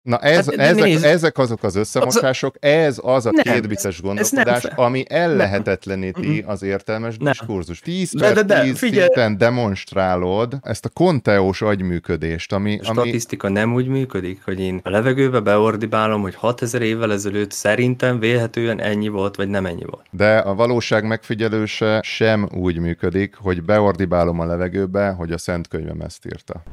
Na nézd, ezek azok az összemosások, ez az a kétbites gondolkodás, ami ellehetetleníti az értelmes diskurzus. 10 per 10 szinten demonstrálod ezt a konteós agyműködést, ami... A statisztika nem úgy működik, hogy én a levegőbe beordibálom, hogy 6000 évvel ezelőtt szerintem vélhetően ennyi volt, vagy nem ennyi volt. De a valóság megfigyelése sem úgy működik, hogy beordibálom a levegőbe, hogy a Szent Könyvem ezt írta.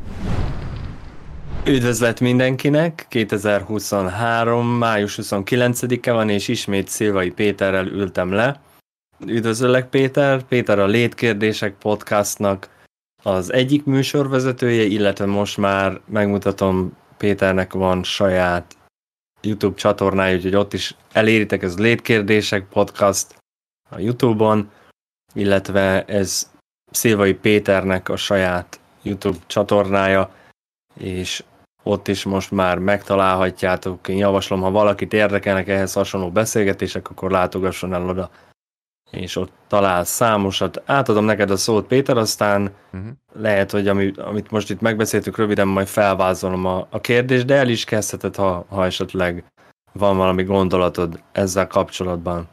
Üdvözlet mindenkinek! 2023. május 29-e van, és ismét Szilvai Péterrel ültem le. Üdvözöllek, Péter! Péter a Létkérdések podcastnak az egyik műsorvezetője, illetve most már megmutatom, Péternek van saját YouTube csatornája, úgyhogy ott is eléritek, ez Létkérdések podcast a YouTube-on, illetve ez Szilvai Péternek a saját YouTube csatornája, és ott is most már megtalálhatjátok. Én javaslom, ha valakit érdekelnek ehhez hasonló beszélgetések, akkor látogasson el oda, és ott talál számosat. Átadom neked a szót, Péter, aztán lehet, hogy amit most itt megbeszéltük, röviden majd felvázolom a kérdést, de el is kezdheted, ha esetleg van valami gondolatod ezzel kapcsolatban.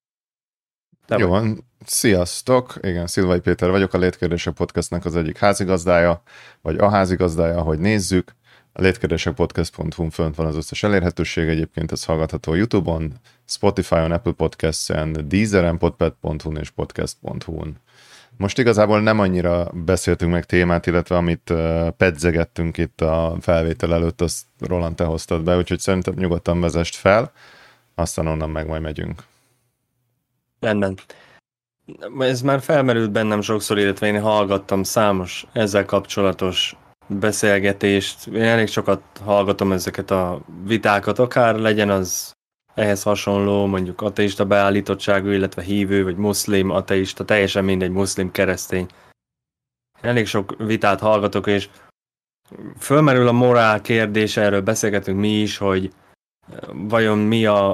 Jó van, sziasztok! Igen, Szilvai Péter vagyok, a Létkérdések podcastnak az egyik házigazdája, vagy a házigazdája, ahogy nézzük. A létkérdésekpodcast.hu-n fönt van az összes elérhetőség, egyébként ez hallgatható YouTube-on, Spotify-on, Apple Podcasts-en, Deezeren, Podpad.hu-n és Podcast.hu-n. Most igazából nem annyira beszéltünk meg témát, illetve amit pedzegettünk itt a felvétel előtt, azt Roland, te hoztad be, úgyhogy szerintem nyugodtan vezest fel, aztán onnan meg majd megyünk. Rendben. Ez már felmerült bennem sokszor, illetve én hallgattam számos ezzel kapcsolatos beszélgetést. Én elég sokat hallgatom ezeket a vitákat, akár legyen az ehhez hasonló, mondjuk ateista beállítottságú, illetve hívő, vagy muszlim, ateista, teljesen mindegy, muszlim, keresztény. Én elég sok vitát hallgatok, és fölmerül a morál kérdése, erről beszélgetünk mi is, hogy vajon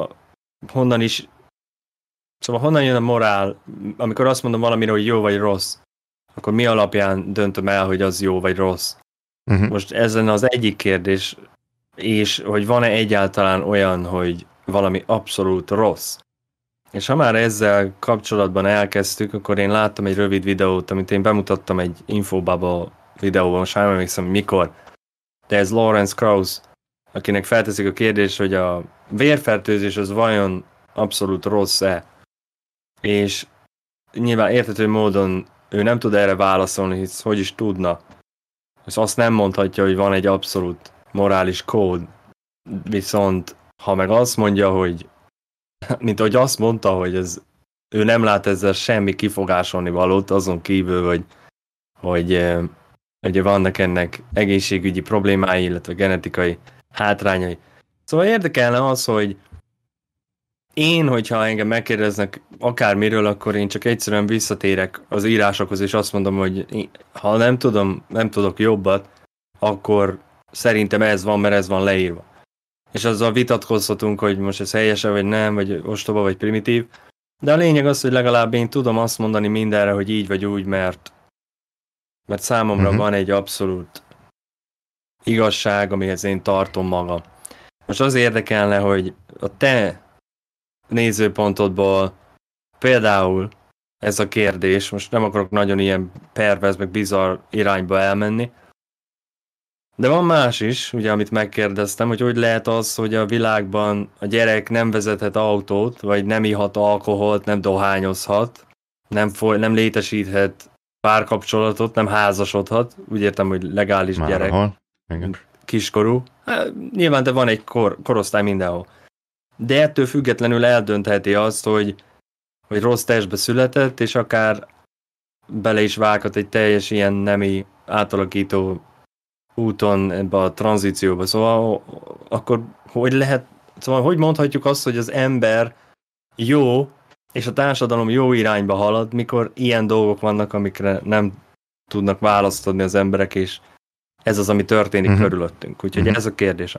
honnan jön a morál, amikor azt mondom valamire, hogy jó vagy rossz, akkor mi alapján döntöm el, hogy az jó vagy rossz? Most ezen az egyik kérdés, és hogy van-e egyáltalán olyan, hogy valami abszolút rossz. És ha már ezzel kapcsolatban elkezdtük, akkor én láttam egy rövid videót, amit én bemutattam egy Infobubble videóban, most nem emlékszem, mikor. De ez Lawrence Krauss, akinek felteszik a kérdést, hogy a vérfertőzés az vajon abszolút rossz-e? És nyilván érthető módon ő nem tud erre válaszolni, hisz hogy is tudna. És azt nem mondhatja, hogy van egy abszolút morális kód. Viszont ha meg azt mondja, hogy mint ahogy azt mondta, hogy ő nem lát ezzel semmi kifogásolni valót, azon kívül, hogy vannak ennek egészségügyi problémái, illetve genetikai hátrányai. Szóval érdekelne az, hogy hogyha engem megkérdeznek akármiről, akkor én csak egyszerűen visszatérek az írásokhoz, és azt mondom, hogy ha nem tudok jobbat, akkor szerintem ez van, mert ez van leírva. És azzal vitatkozhatunk, hogy most ez helyese, vagy nem, vagy ostoba, vagy primitív. De a lényeg az, hogy legalább én tudom azt mondani mindenre, hogy így vagy úgy, mert számomra van egy abszolút igazság, amihez én tartom magam. Most az érdekelne, hogy a te nézőpontodból például ez a kérdés, most nem akarok nagyon ilyen pervers, meg bizarr irányba elmenni, de van más is, ugye, amit megkérdeztem, hogy lehet az, hogy a világban a gyerek nem vezethet autót, vagy nem ihat alkoholt, nem dohányozhat, nem létesíthet párkapcsolatot, nem házasodhat, úgy értem, hogy legális már gyerek, kiskorú. Nyilván, de van egy korosztály mindenhol. De ettől függetlenül eldöntheti azt, hogy rossz testbe született, és akár bele is vághat egy teljes ilyen nemi átalakító úton ebbe a tranzícióba. Szóval akkor hogy mondhatjuk azt, hogy az ember jó, és a társadalom jó irányba halad, mikor ilyen dolgok vannak, amikre nem tudnak választ adni az emberek, és ez az, ami történik körülöttünk. Úgyhogy ez a kérdésem.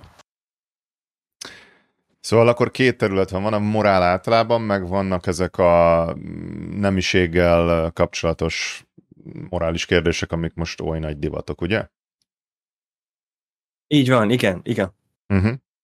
Szóval akkor két terület van a morál általában, meg vannak ezek a nemiséggel kapcsolatos morális kérdések, amik most oly nagy divatok, ugye? Így van, igen.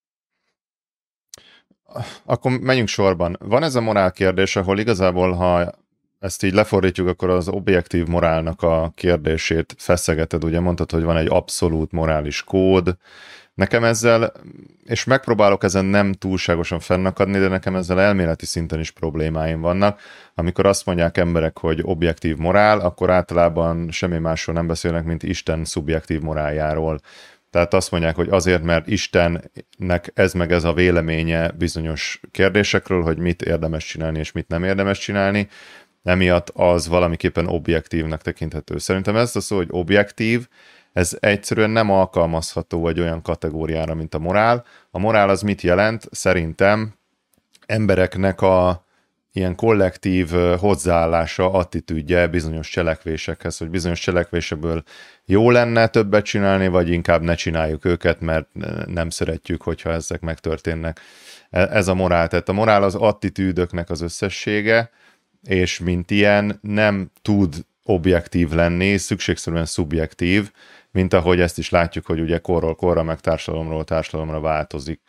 Akkor menjünk sorban. Van ez a morál kérdés, ahol igazából, ha ezt így lefordítjuk, akkor az objektív morálnak a kérdését feszegeted. Ugye mondtad, hogy van egy abszolút morális kód. Nekem ezzel, és megpróbálok ezen nem túlságosan fennakadni, de nekem ezzel elméleti szinten is problémáim vannak. Amikor azt mondják emberek, hogy objektív morál, akkor általában semmi másról nem beszélnek, mint Isten szubjektív moráljáról. Tehát azt mondják, hogy azért, mert Istennek ez meg ez a véleménye bizonyos kérdésekről, hogy mit érdemes csinálni és mit nem érdemes csinálni, emiatt az valamiképpen objektívnak tekinthető. Szerintem ez a szó, hogy objektív, ez egyszerűen nem alkalmazható egy olyan kategóriára, mint a morál. A morál az mit jelent? Szerintem embereknek a ilyen kollektív hozzáállása, attitűdje bizonyos cselekvésekhez, hogy bizonyos cselekvésekből jó lenne többet csinálni, vagy inkább ne csináljuk őket, mert nem szeretjük, hogyha ezek megtörténnek. Ez a morál. Tehát a morál az attitűdöknek az összessége, és mint ilyen nem tud objektív lenni, szükségszerűen szubjektív, mint ahogy ezt is látjuk, hogy ugye korról korra, meg társadalomról társadalomra változik.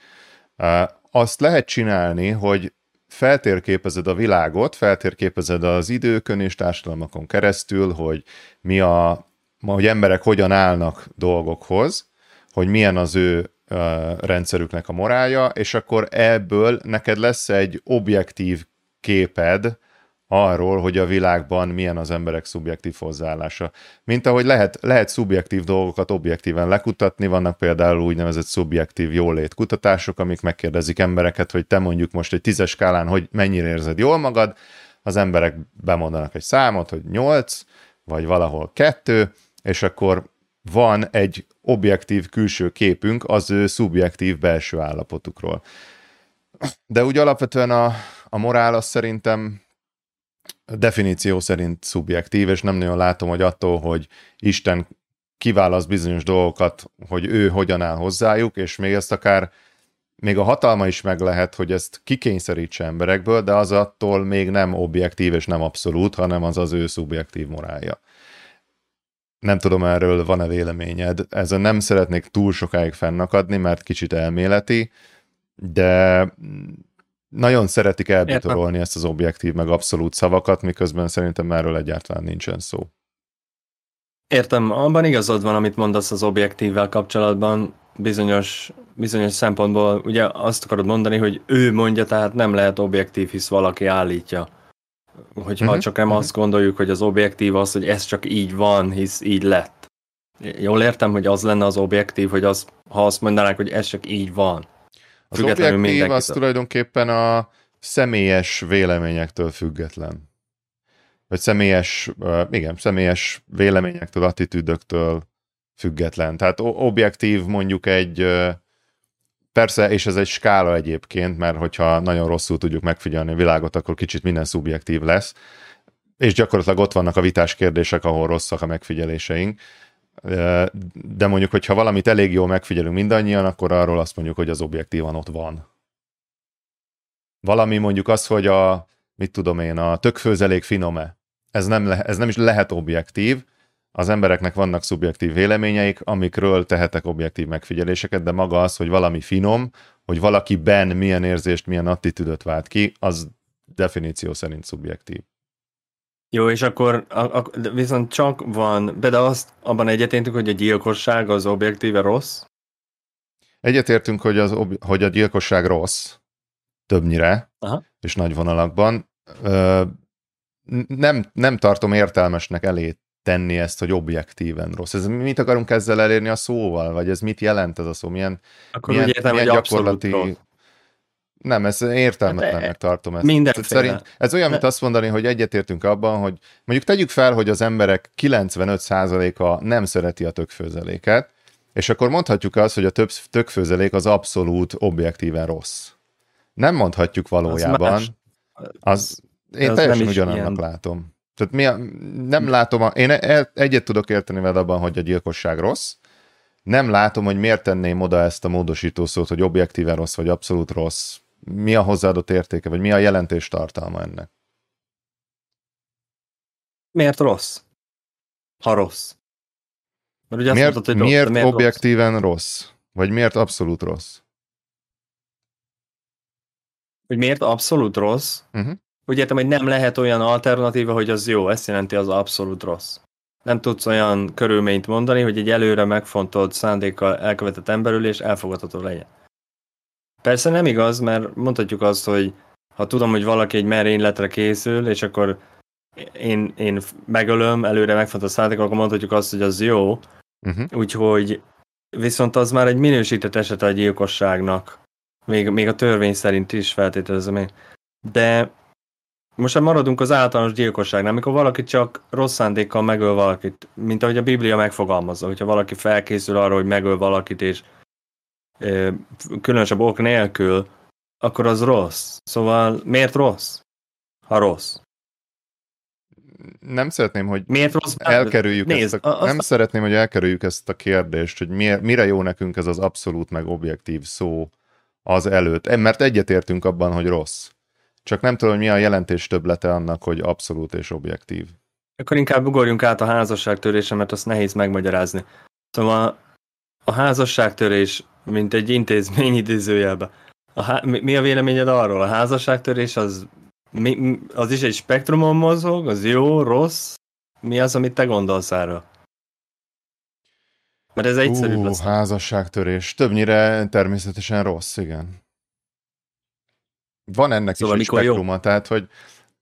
Azt lehet csinálni, hogy feltérképezed a világot, feltérképezed az időkön és társadalmakon keresztül, hogy hogy emberek hogyan állnak dolgokhoz, hogy milyen az ő rendszerüknek a morálja, és akkor ebből neked lesz egy objektív képed arról, hogy a világban milyen az emberek szubjektív hozzáállása. Mint ahogy lehet szubjektív dolgokat objektíven lekutatni, vannak például úgynevezett szubjektív jólétkutatások, amik megkérdezik embereket, hogy te mondjuk most egy 10-es skálán, hogy mennyire érzed jól magad, az emberek bemondanak egy számot, hogy 8, vagy valahol 2, és akkor van egy objektív külső képünk az ő szubjektív belső állapotukról. De úgy alapvetően a morál az szerintem definíció szerint szubjektív, és nem nagyon látom, hogy attól, hogy Isten kiválaszt bizonyos dolgokat, hogy ő hogyan áll hozzájuk, és még ezt akár még a hatalma is meg lehet, hogy ezt kikényszerítse emberekből, de az attól még nem objektív és nem abszolút, hanem az az ő szubjektív morálja. Nem tudom, erről van-e véleményed. Ezen nem szeretnék túl sokáig fennakadni, mert kicsit elméleti, de nagyon szeretik elbitorolni ezt az objektív meg abszolút szavakat, miközben szerintem erről egyáltalán nincsen szó. Értem, abban igazad van, amit mondasz az objektívvel kapcsolatban, bizonyos szempontból ugye azt akarod mondani, hogy ő mondja, tehát nem lehet objektív, hisz valaki állítja. Hogyha csak nem azt gondoljuk, hogy az objektív az, hogy ez csak így van, hisz így lett. Jól értem, hogy az lenne az objektív, hogy ha azt mondanák, hogy ez csak így van. Az objektív az tulajdonképpen a személyes véleményektől független. Vagy személyes véleményektől, attitűdöktől független. Tehát objektív mondjuk persze, és ez egy skála egyébként, mert hogyha nagyon rosszul tudjuk megfigyelni a világot, akkor kicsit minden szubjektív lesz. És gyakorlatilag ott vannak a vitás kérdések, ahol rosszak a megfigyeléseink. De mondjuk, hogyha valamit elég jól megfigyelünk mindannyian, akkor arról azt mondjuk, hogy az objektívan ott van. Valami mondjuk az, hogy a tökfőzelék finom-e. Ez nem is lehet objektív. Az embereknek vannak szubjektív véleményeik, amikről tehetek objektív megfigyeléseket, de maga az, hogy valami finom, hogy valakiben milyen érzést, milyen attitűdöt vált ki, az definíció szerint szubjektív. Jó, és akkor viszont csak van, de azt abban egyetértünk, hogy a gyilkosság az objektíve rossz? Egyetértünk, hogy a gyilkosság rossz, többnyire, és nagy vonalakban. Nem tartom értelmesnek elé tenni ezt, hogy objektíven rossz. Mit akarunk ezzel elérni a szóval? Vagy ez mit jelent ez a szó? Milyen gyakorlati... Nem, ez értelmetlennek tartom ezt. Szerint ez olyan, mint azt mondani, hogy egyetértünk abban, hogy mondjuk tegyük fel, hogy az emberek 95%-a nem szereti a tökfőzeléket, és akkor mondhatjuk azt, hogy a tökfőzelék az abszolút objektíven rossz. Nem mondhatjuk valójában. Én teljesen ugyanannak látom. Tehát nem látom, én egyet tudok érteni veled abban, hogy a gyilkosság rossz. Nem látom, hogy miért tenném oda ezt a módosító szót, hogy objektíven rossz, vagy abszolút rossz. Mi a hozzáadott értéke, vagy mi a jelentés tartalma ennek? Miért rossz? Ha rossz. Mert ugye miért, mondtad, hogy miért objektíven rossz? Vagy miért abszolút rossz? Hogy miért abszolút rossz? Úgy értem, hogy nem lehet olyan alternatíva, hogy az jó, ezt jelenti az abszolút rossz. Nem tudsz olyan körülményt mondani, hogy egy előre megfontolt szándékkal elkövetett emberülés elfogadható legyen. Persze nem igaz, mert mondhatjuk azt, hogy ha tudom, hogy valaki egy merényletre készül, és akkor én megölöm előre megfontolt szándékkal, akkor mondhatjuk azt, hogy az jó. Úgyhogy viszont az már egy minősített eset a gyilkosságnak. Még a törvény szerint is feltételezem én. De most már maradunk az általános gyilkosságnál, amikor valaki csak rossz szándékkal megöl valakit, mint ahogy a Biblia megfogalmazza, hogyha valaki felkészül arra, hogy megöl valakit, és különösebb ok nélkül, akkor az rossz. Szóval miért rossz? Ha rossz. Nem szeretném, hogy miért rossz? elkerüljük nem szeretném, hogy elkerüljük ezt a kérdést, hogy mire jó nekünk ez az abszolút meg objektív szó az előtt. Mert egyetértünk abban, hogy rossz. Csak nem tudom, hogy mi a jelentés többlete annak, hogy abszolút és objektív. Akkor inkább ugorjunk át a házasságtörésre, mert azt nehéz megmagyarázni. Szóval a házasságtörés, mint egy intézmény idézőjelben. Mi a véleményed arról? A házasságtörés az is egy spektrumon mozog? Az jó, rossz? Mi az, amit te gondolsz erről? Mert ez egyszerűbb lesz. Házasságtörés. Többnyire természetesen rossz, igen. Van ennek szóval is egy spektruma, jó? Tehát, hogy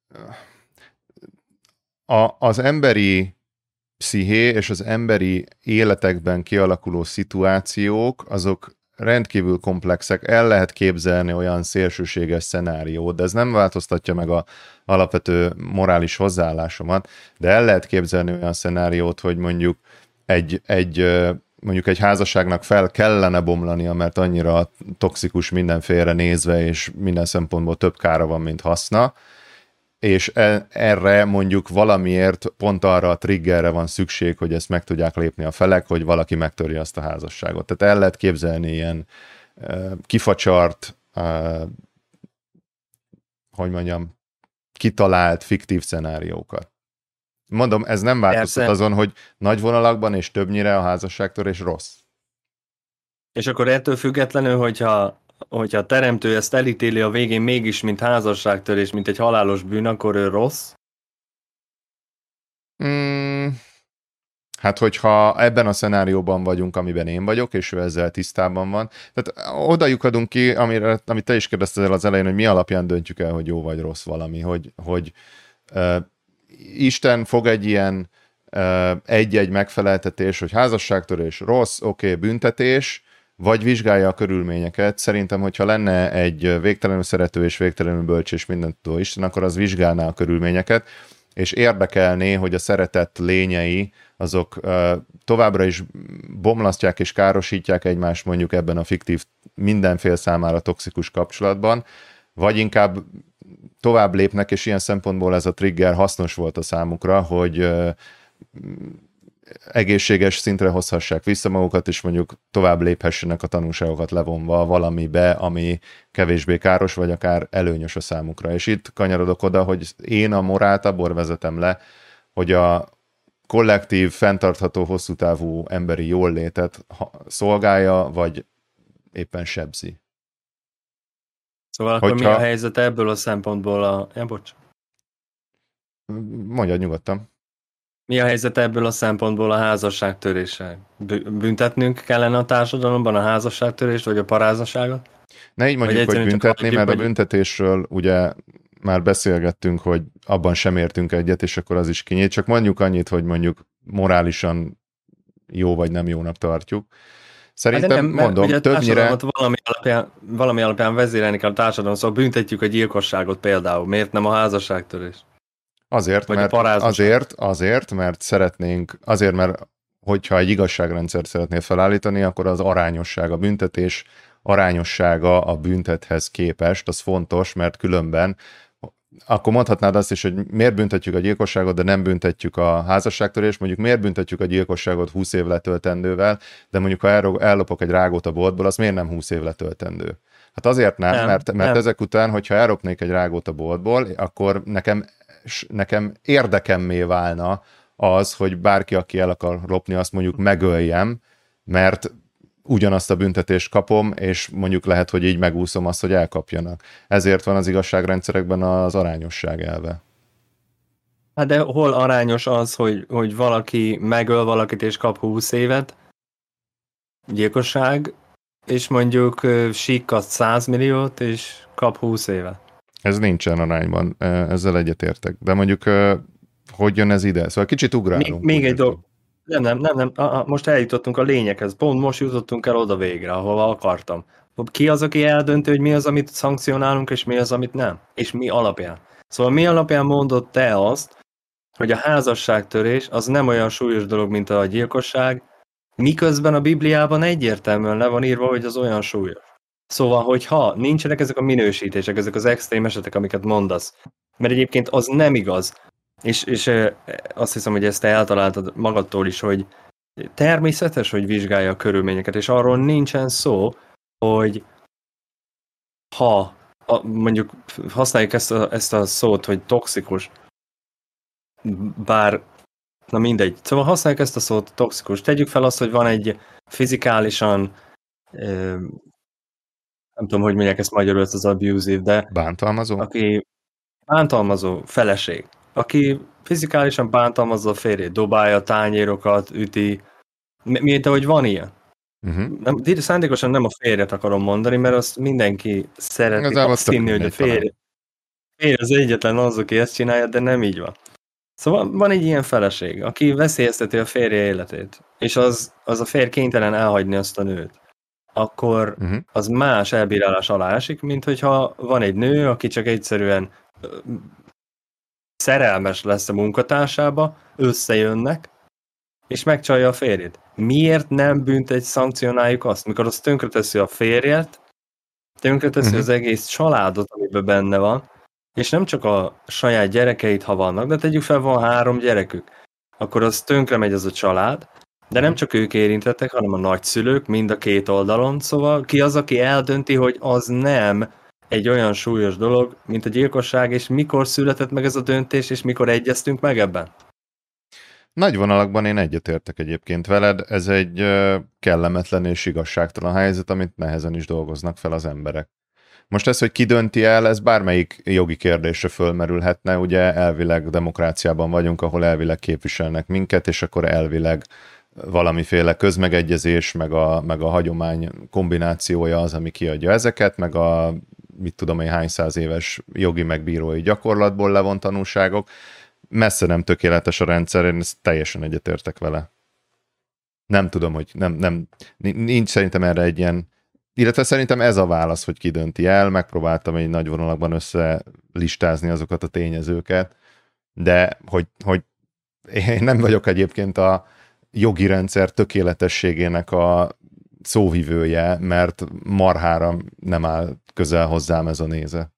az emberi psziché és az emberi életekben kialakuló szituációk, azok rendkívül komplexek, el lehet képzelni olyan szélsőséges szenáriót, de ez nem változtatja meg az alapvető morális hozzáállásomat, de el lehet képzelni olyan szenáriót, hogy mondjuk egy házasságnak fel kellene bomlania, mert annyira toxikus mindenfélre nézve, és minden szempontból több kára van, mint haszna, és erre mondjuk valamiért pont arra a triggerre van szükség, hogy ezt meg tudják lépni a felek, hogy valaki megtörje azt a házasságot. Tehát el lehet képzelni ilyen kifacsart, kitalált, fiktív szenáriókat. Mondom, ez nem változtat azon, hogy nagy vonalakban és többnyire a házasságtörés rossz. És akkor ettől függetlenül, hogyha a teremtő ezt elítéli a végén mégis, mint házasságtörés, mint egy halálos bűn, akkor ő rossz? Hát, hogyha ebben a szenárióban vagyunk, amiben én vagyok, és ő ezzel tisztában van. Tehát oda lyukadunk ki, amit te is kérdeztél az elején, hogy mi alapján döntjük el, hogy jó vagy rossz valami, hogy Isten fog egy ilyen egy-egy megfeleltetés, hogy házasságtörés rossz, oké, büntetés, vagy vizsgálja a körülményeket. Szerintem, hogyha lenne egy végtelenül szerető és végtelenül bölcs és mindent tudó Isten, akkor az vizsgálná a körülményeket, és érdekelné, hogy a szeretett lényei azok továbbra is bomlasztják és károsítják egymást mondjuk ebben a fiktív, mindenfél számára toxikus kapcsolatban, vagy inkább tovább lépnek, és ilyen szempontból ez a trigger hasznos volt a számukra, hogy egészséges szintre hozhassák vissza magukat, és mondjuk tovább léphessenek a tanulságokat levonva valamibe, ami kevésbé káros, vagy akár előnyös a számukra. És itt kanyarodok oda, hogy én a morált abból vezetem le, hogy a kollektív, fenntartható, hosszú távú emberi jólétet szolgálja, vagy éppen sebzi. Szóval akkor mi a helyzet ebből a szempontból bocs. Mondjad nyugodtan. Mi a helyzet ebből a szempontból a házasságtöréssel? Büntetnünk kellene a társadalomban a házasságtörést, vagy a parázaságot? Ne így mondjuk, hogy büntetni, mert a büntetésről ugye már beszélgettünk, hogy abban sem értünk egyet, és akkor az is kinyílt. Csak mondjuk annyit, hogy mondjuk morálisan jó vagy nem jónak tartjuk. Szerintem, mondom, többnyire... Valami alapján vezérelni kell a társadalom, szóval büntetjük a gyilkosságot például. Miért nem a házasságtörést? Azért, mert szeretnénk, mert hogyha egy igazságrendszert szeretnél felállítani, akkor az arányosság, a büntetés arányossága a büntethez képest, az fontos, mert különben akkor mondhatnád azt is, hogy miért büntetjük a gyilkosságot, de nem büntetjük a házasságtörést, mondjuk miért büntetjük a gyilkosságot 20 év letöltendővel, de mondjuk ha ellopok egy rágót a boltból, az miért nem 20 év letöltendő? Hát azért nem, mert ezek után, hogyha ellopnék egy rágót a boltból, akkor nekem érdekemmé válna az, hogy bárki, aki el akar lopni, azt mondjuk megöljem, mert ugyanazt a büntetést kapom, és mondjuk lehet, hogy így megúszom azt, hogy elkapjanak. Ezért van az igazságrendszerekben az arányosság elve. Hát de hol arányos az, hogy valaki megöl valakit és kap 20 évet, gyilkosság, és mondjuk sikkat 100 milliót, és kap 20 évet. Ez nincsen arányban, ezzel egyetértek. De mondjuk, hogy jön ez ide? Szóval kicsit ugrálunk. Még egy dolog. Nem. Most eljutottunk a lényeghez. Pont most jutottunk el oda végre, ahova akartam. Ki az, aki eldönti, hogy mi az, amit szankcionálunk, és mi az, amit nem? És mi alapján? Szóval mi alapján mondod te azt, hogy a házasságtörés az nem olyan súlyos dolog, mint a gyilkosság, miközben a Bibliában egyértelműen le van írva, hogy az olyan súlyos. Szóval, hogyha nincsenek ezek a minősítések, ezek az extrém esetek, amiket mondasz, mert egyébként az nem igaz, és azt hiszem, hogy ezt te eltaláltad magadtól is, hogy természetes, hogy vizsgálja a körülményeket, és arról nincsen szó, hogy ha mondjuk használjuk ezt a szót, hogy toxikus, bár na mindegy. Szóval használjuk ezt a szót, toxikus. Tegyük fel azt, hogy van egy fizikálisan, nem tudom, hogy mondják ezt magyarul, ez az abusive, de bántalmazó? Aki bántalmazó feleség, aki fizikálisan bántalmazza a férjét, dobálja tányérokat, üti, mint ahogy van ilyen. Szándékosan nem a férjet akarom mondani, mert azt mindenki szereti azt hinni, hogy a férj az egyetlen az, aki ezt csinálja, de nem így van. Szóval van egy ilyen feleség, aki veszélyezteti a férje életét, és az a férj kénytelen elhagyni azt a nőt, akkor az más elbírálás alá esik, mint hogyha van egy nő, aki csak egyszerűen szerelmes lesz a munkatársába, összejönnek, és megcsalja a férjét. Miért nem büntet, szankcionáljuk azt, mikor az tönkreteszi a férjet, tönkreteszi az egész családot, amiben benne van, és nem csak a saját gyerekeit, ha vannak, de tegyük fel, van 3 gyerekük, akkor az tönkre megy az a család, de nem csak ők érintettek, hanem a nagyszülők mind a két oldalon, szóval ki az, aki eldönti, hogy az nem egy olyan súlyos dolog, mint a gyilkosság, és mikor született meg ez a döntés, és mikor egyeztünk meg ebben? Nagy vonalakban én egyetértek egyébként veled, ez egy kellemetlen és igazságtalan helyzet, amit nehezen is dolgoznak fel az emberek. Most ez, hogy ki dönti el, ez bármelyik jogi kérdésre fölmerülhetne, ugye elvileg demokráciában vagyunk, ahol elvileg képviselnek minket, és akkor elvileg valamiféle közmegegyezés, meg a hagyomány kombinációja az, ami kiadja ezeket, meg a mit tudom én hány száz éves jogi meg bírói gyakorlatból levont tanulságok. Messze nem tökéletes a rendszer, én ezt teljesen egyetértek vele. Nem tudom, hogy nincs szerintem erre egy ilyen, illetve szerintem ez a válasz, hogy ki dönti el, megpróbáltam egy nagy vonalakban összelistázni azokat a tényezőket, de hogy én nem vagyok egyébként a jogi rendszer tökéletességének a szóvivője, mert marhára nem áll közel hozzám ez a néze.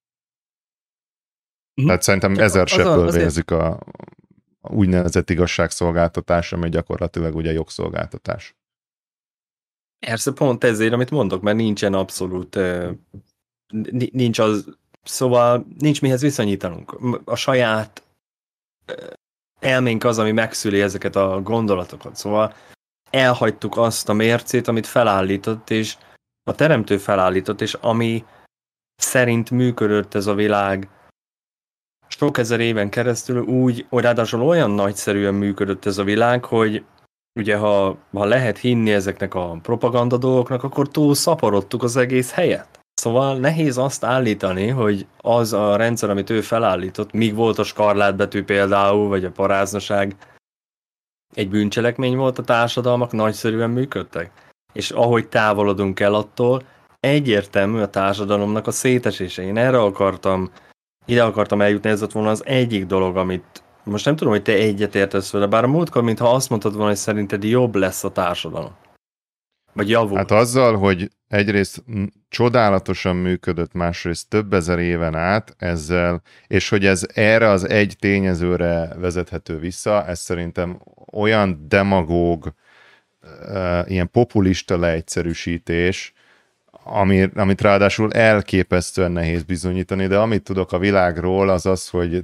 Tehát szerintem ezer sebből vérzik a úgynevezett igazságszolgáltatás, ami gyakorlatilag ugye jogszolgáltatás. Persze pont ezért, amit mondok, mert nincsen abszolút, nincs az, szóval nincs mihez viszonyítanunk. A saját elménk az, ami megszüli ezeket a gondolatokat. Szóval elhagytuk azt a mércét, amit felállított, és a teremtő felállított, és ami szerint működött ez a világ sok ezer éven keresztül úgy, ráadásul olyan nagyszerűen működött ez a világ, hogy ugye ha lehet hinni ezeknek a propaganda dolgoknak, akkor túl szaporodtuk az egész helyet. Szóval nehéz azt állítani, hogy az a rendszer, amit ő felállított, míg volt a skarlátbetű például, vagy a paráznaság, egy bűncselekmény volt, a társadalmak nagyszerűen működtek. És ahogy távolodunk el attól, egyértelmű a társadalomnak a szétesése. Én ide akartam eljutni, ez ott volna az egyik dolog, amit most nem tudom, hogy te egyetértesz vele, bár a múltkor, mintha azt mondtad volna, hogy szerinted jobb lesz a társadalom. Vagy javul. Hát azzal, hogy egyrészt csodálatosan működött, másrészt több ezer éven át ezzel, és hogy ez erre az egy tényezőre vezethető vissza, ez szerintem olyan demagóg, ilyen populista leegyszerűsítés, amit ráadásul elképesztően nehéz bizonyítani, de amit tudok a világról, az az, hogy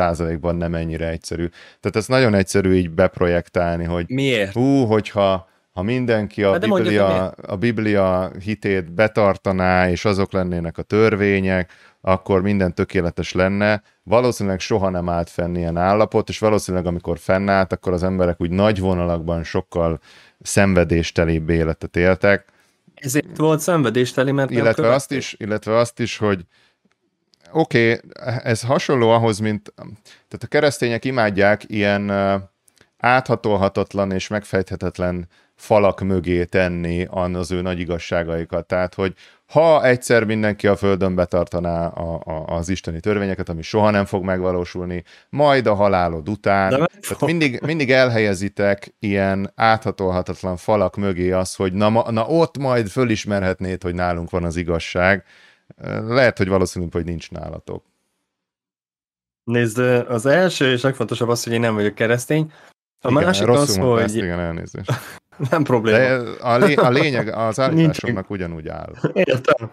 99%-ban nem ennyire egyszerű. Tehát ez nagyon egyszerű így beprojektálni, hogy miért? hogyha ha mindenki a Biblia hitét betartaná, és azok lennének a törvények, akkor minden tökéletes lenne. Valószínűleg soha nem állt fenn ilyen állapot, és valószínűleg amikor fennállt, akkor az emberek úgy nagy vonalakban sokkal szenvedéstelibb életet éltek. Ezért volt szenvedésteli, mert illetve azt is, hogy oké, ez hasonló ahhoz, mint tehát a keresztények imádják ilyen áthatolhatatlan és megfejthetetlen falak mögé tenni az ő nagy igazságaikat. Tehát, hogy ha egyszer mindenki a földön betartaná az isteni törvényeket, ami soha nem fog megvalósulni, majd a halálod után. Tehát mindig elhelyezitek ilyen áthatolhatatlan falak mögé az, hogy na ott majd fölismerhetnéd, hogy nálunk van az igazság. Lehet, hogy valószínűleg, hogy nincs nálatok. Nézd, az első és legfontosabb az, hogy én nem vagyok keresztény. A másik az, hogy... Igen, elnézést. Nem probléma. De a lényeg az állításomnak ugyanúgy áll. Értem.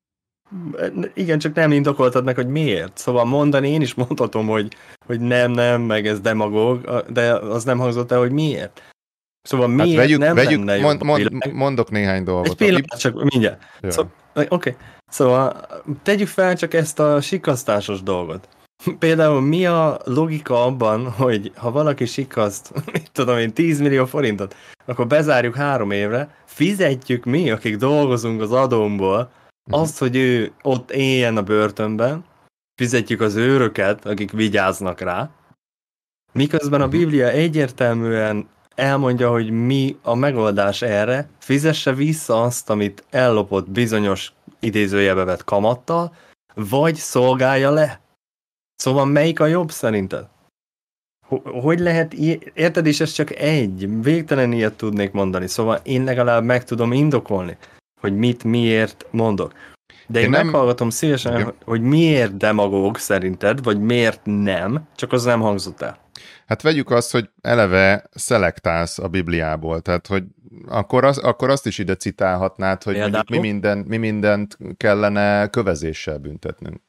Igen, csak nem indokoltad meg, hogy miért. Szóval mondani, én is mondhatom, hogy nem, meg ez demagóg, de az nem hangzott el, hogy miért. Szóval miért lenne jobb a világ? Mondok néhány dolgot. Egy pillanat, csak mindjárt. Oké. Szóval tegyük fel csak ezt a sikasztásos dolgot. Például mi a logika abban, hogy ha valaki sikaszt, mit tudom én, 10 millió forintot, akkor bezárjuk 3 évre, fizetjük mi, akik dolgozunk az adónkból, azt, hogy ő ott éljen a börtönben, fizetjük az őröket, akik vigyáznak rá, miközben a Biblia egyértelműen elmondja, hogy mi a megoldás erre, fizesse vissza azt, amit ellopott bizonyos idézőjelbe vett kamattal, vagy szolgálja le. Szóval melyik a jobb szerinted? Hogy lehet érted, és ez csak egy. Végtelen ilyet tudnék mondani. Szóval én legalább meg tudom indokolni, hogy miért mondok. De én meghallgatom szívesen, hogy miért demagóg szerinted, vagy miért nem, csak az nem hangzott el. Hát vegyük azt, hogy eleve szelektálsz a Bibliából, tehát hogy akkor azt is ide citálhatnád, hogy mi mindent kellene kövezéssel büntetnünk.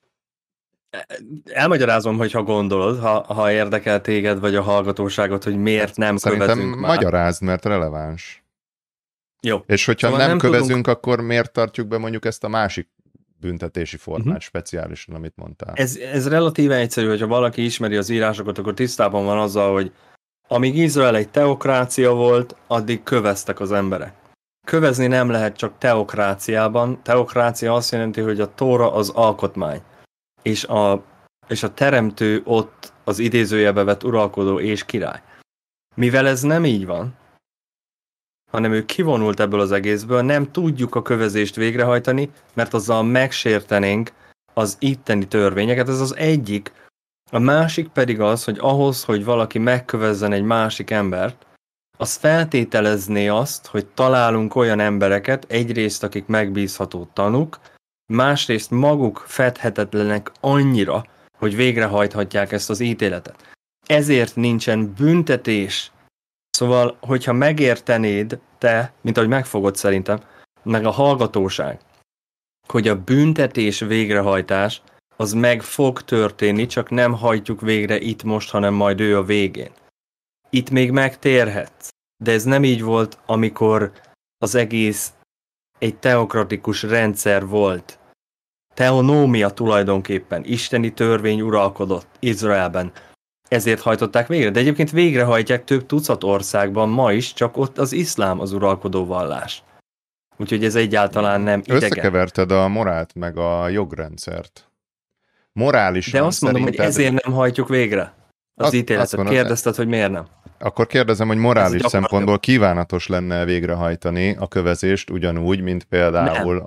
Elmagyarázom, hogyha gondolod, ha érdekel téged, vagy a hallgatóságot, hogy miért nem Szerintem kövezünk már. Magyarázd, mert releváns. Jó. És hogyha szóval nem kövezünk, akkor miért tartjuk be mondjuk ezt a másik büntetési formát speciálisan, amit mondtál? Ez relatíve egyszerű, hogyha valaki ismeri az írásokat, akkor tisztában van azzal, hogy amíg Izrael egy teokrácia volt, addig köveztek az emberek. Kövezni nem lehet csak teokráciában. Teokrácia azt jelenti, hogy a Tóra az alkotmány. És a teremtő ott az idézőjelbe vett uralkodó és király. Mivel ez nem így van, hanem ő kivonult ebből az egészből, nem tudjuk a kövezést végrehajtani, mert azzal megsértenénk az itteni törvényeket, ez az egyik. A másik pedig az, hogy ahhoz, hogy valaki megkövezzen egy másik embert, az feltételezné azt, hogy találunk olyan embereket, egyrészt akik megbízható tanúk, másrészt maguk fedhetetlenek annyira, hogy végrehajthatják ezt az ítéletet. Ezért nincsen büntetés. Szóval, hogyha megértenéd te, mint ahogy megfogod szerintem, meg a hallgatóság, hogy a büntetés végrehajtás az meg fog történni, csak nem hajtjuk végre itt most, hanem majd ő a végén. Itt még megtérhetsz. De ez nem így volt, amikor az egész egy teokratikus rendszer volt. Teonómia tulajdonképpen, isteni törvény uralkodott Izraelben. Ezért hajtották végre, de egyébként végrehajtják több tucat országban ma is, csak ott az iszlám az uralkodó vallás. Úgyhogy ez egyáltalán nem idegen. Összekeverted a morált meg a jogrendszert. Morálisan de azt mondom, hogy ezért nem hajtjuk végre az ítéletet. Kérdezted, hogy miért nem? Akkor kérdezem, hogy morális szempontból kívánatos lenne végrehajtani a kövezést ugyanúgy, mint például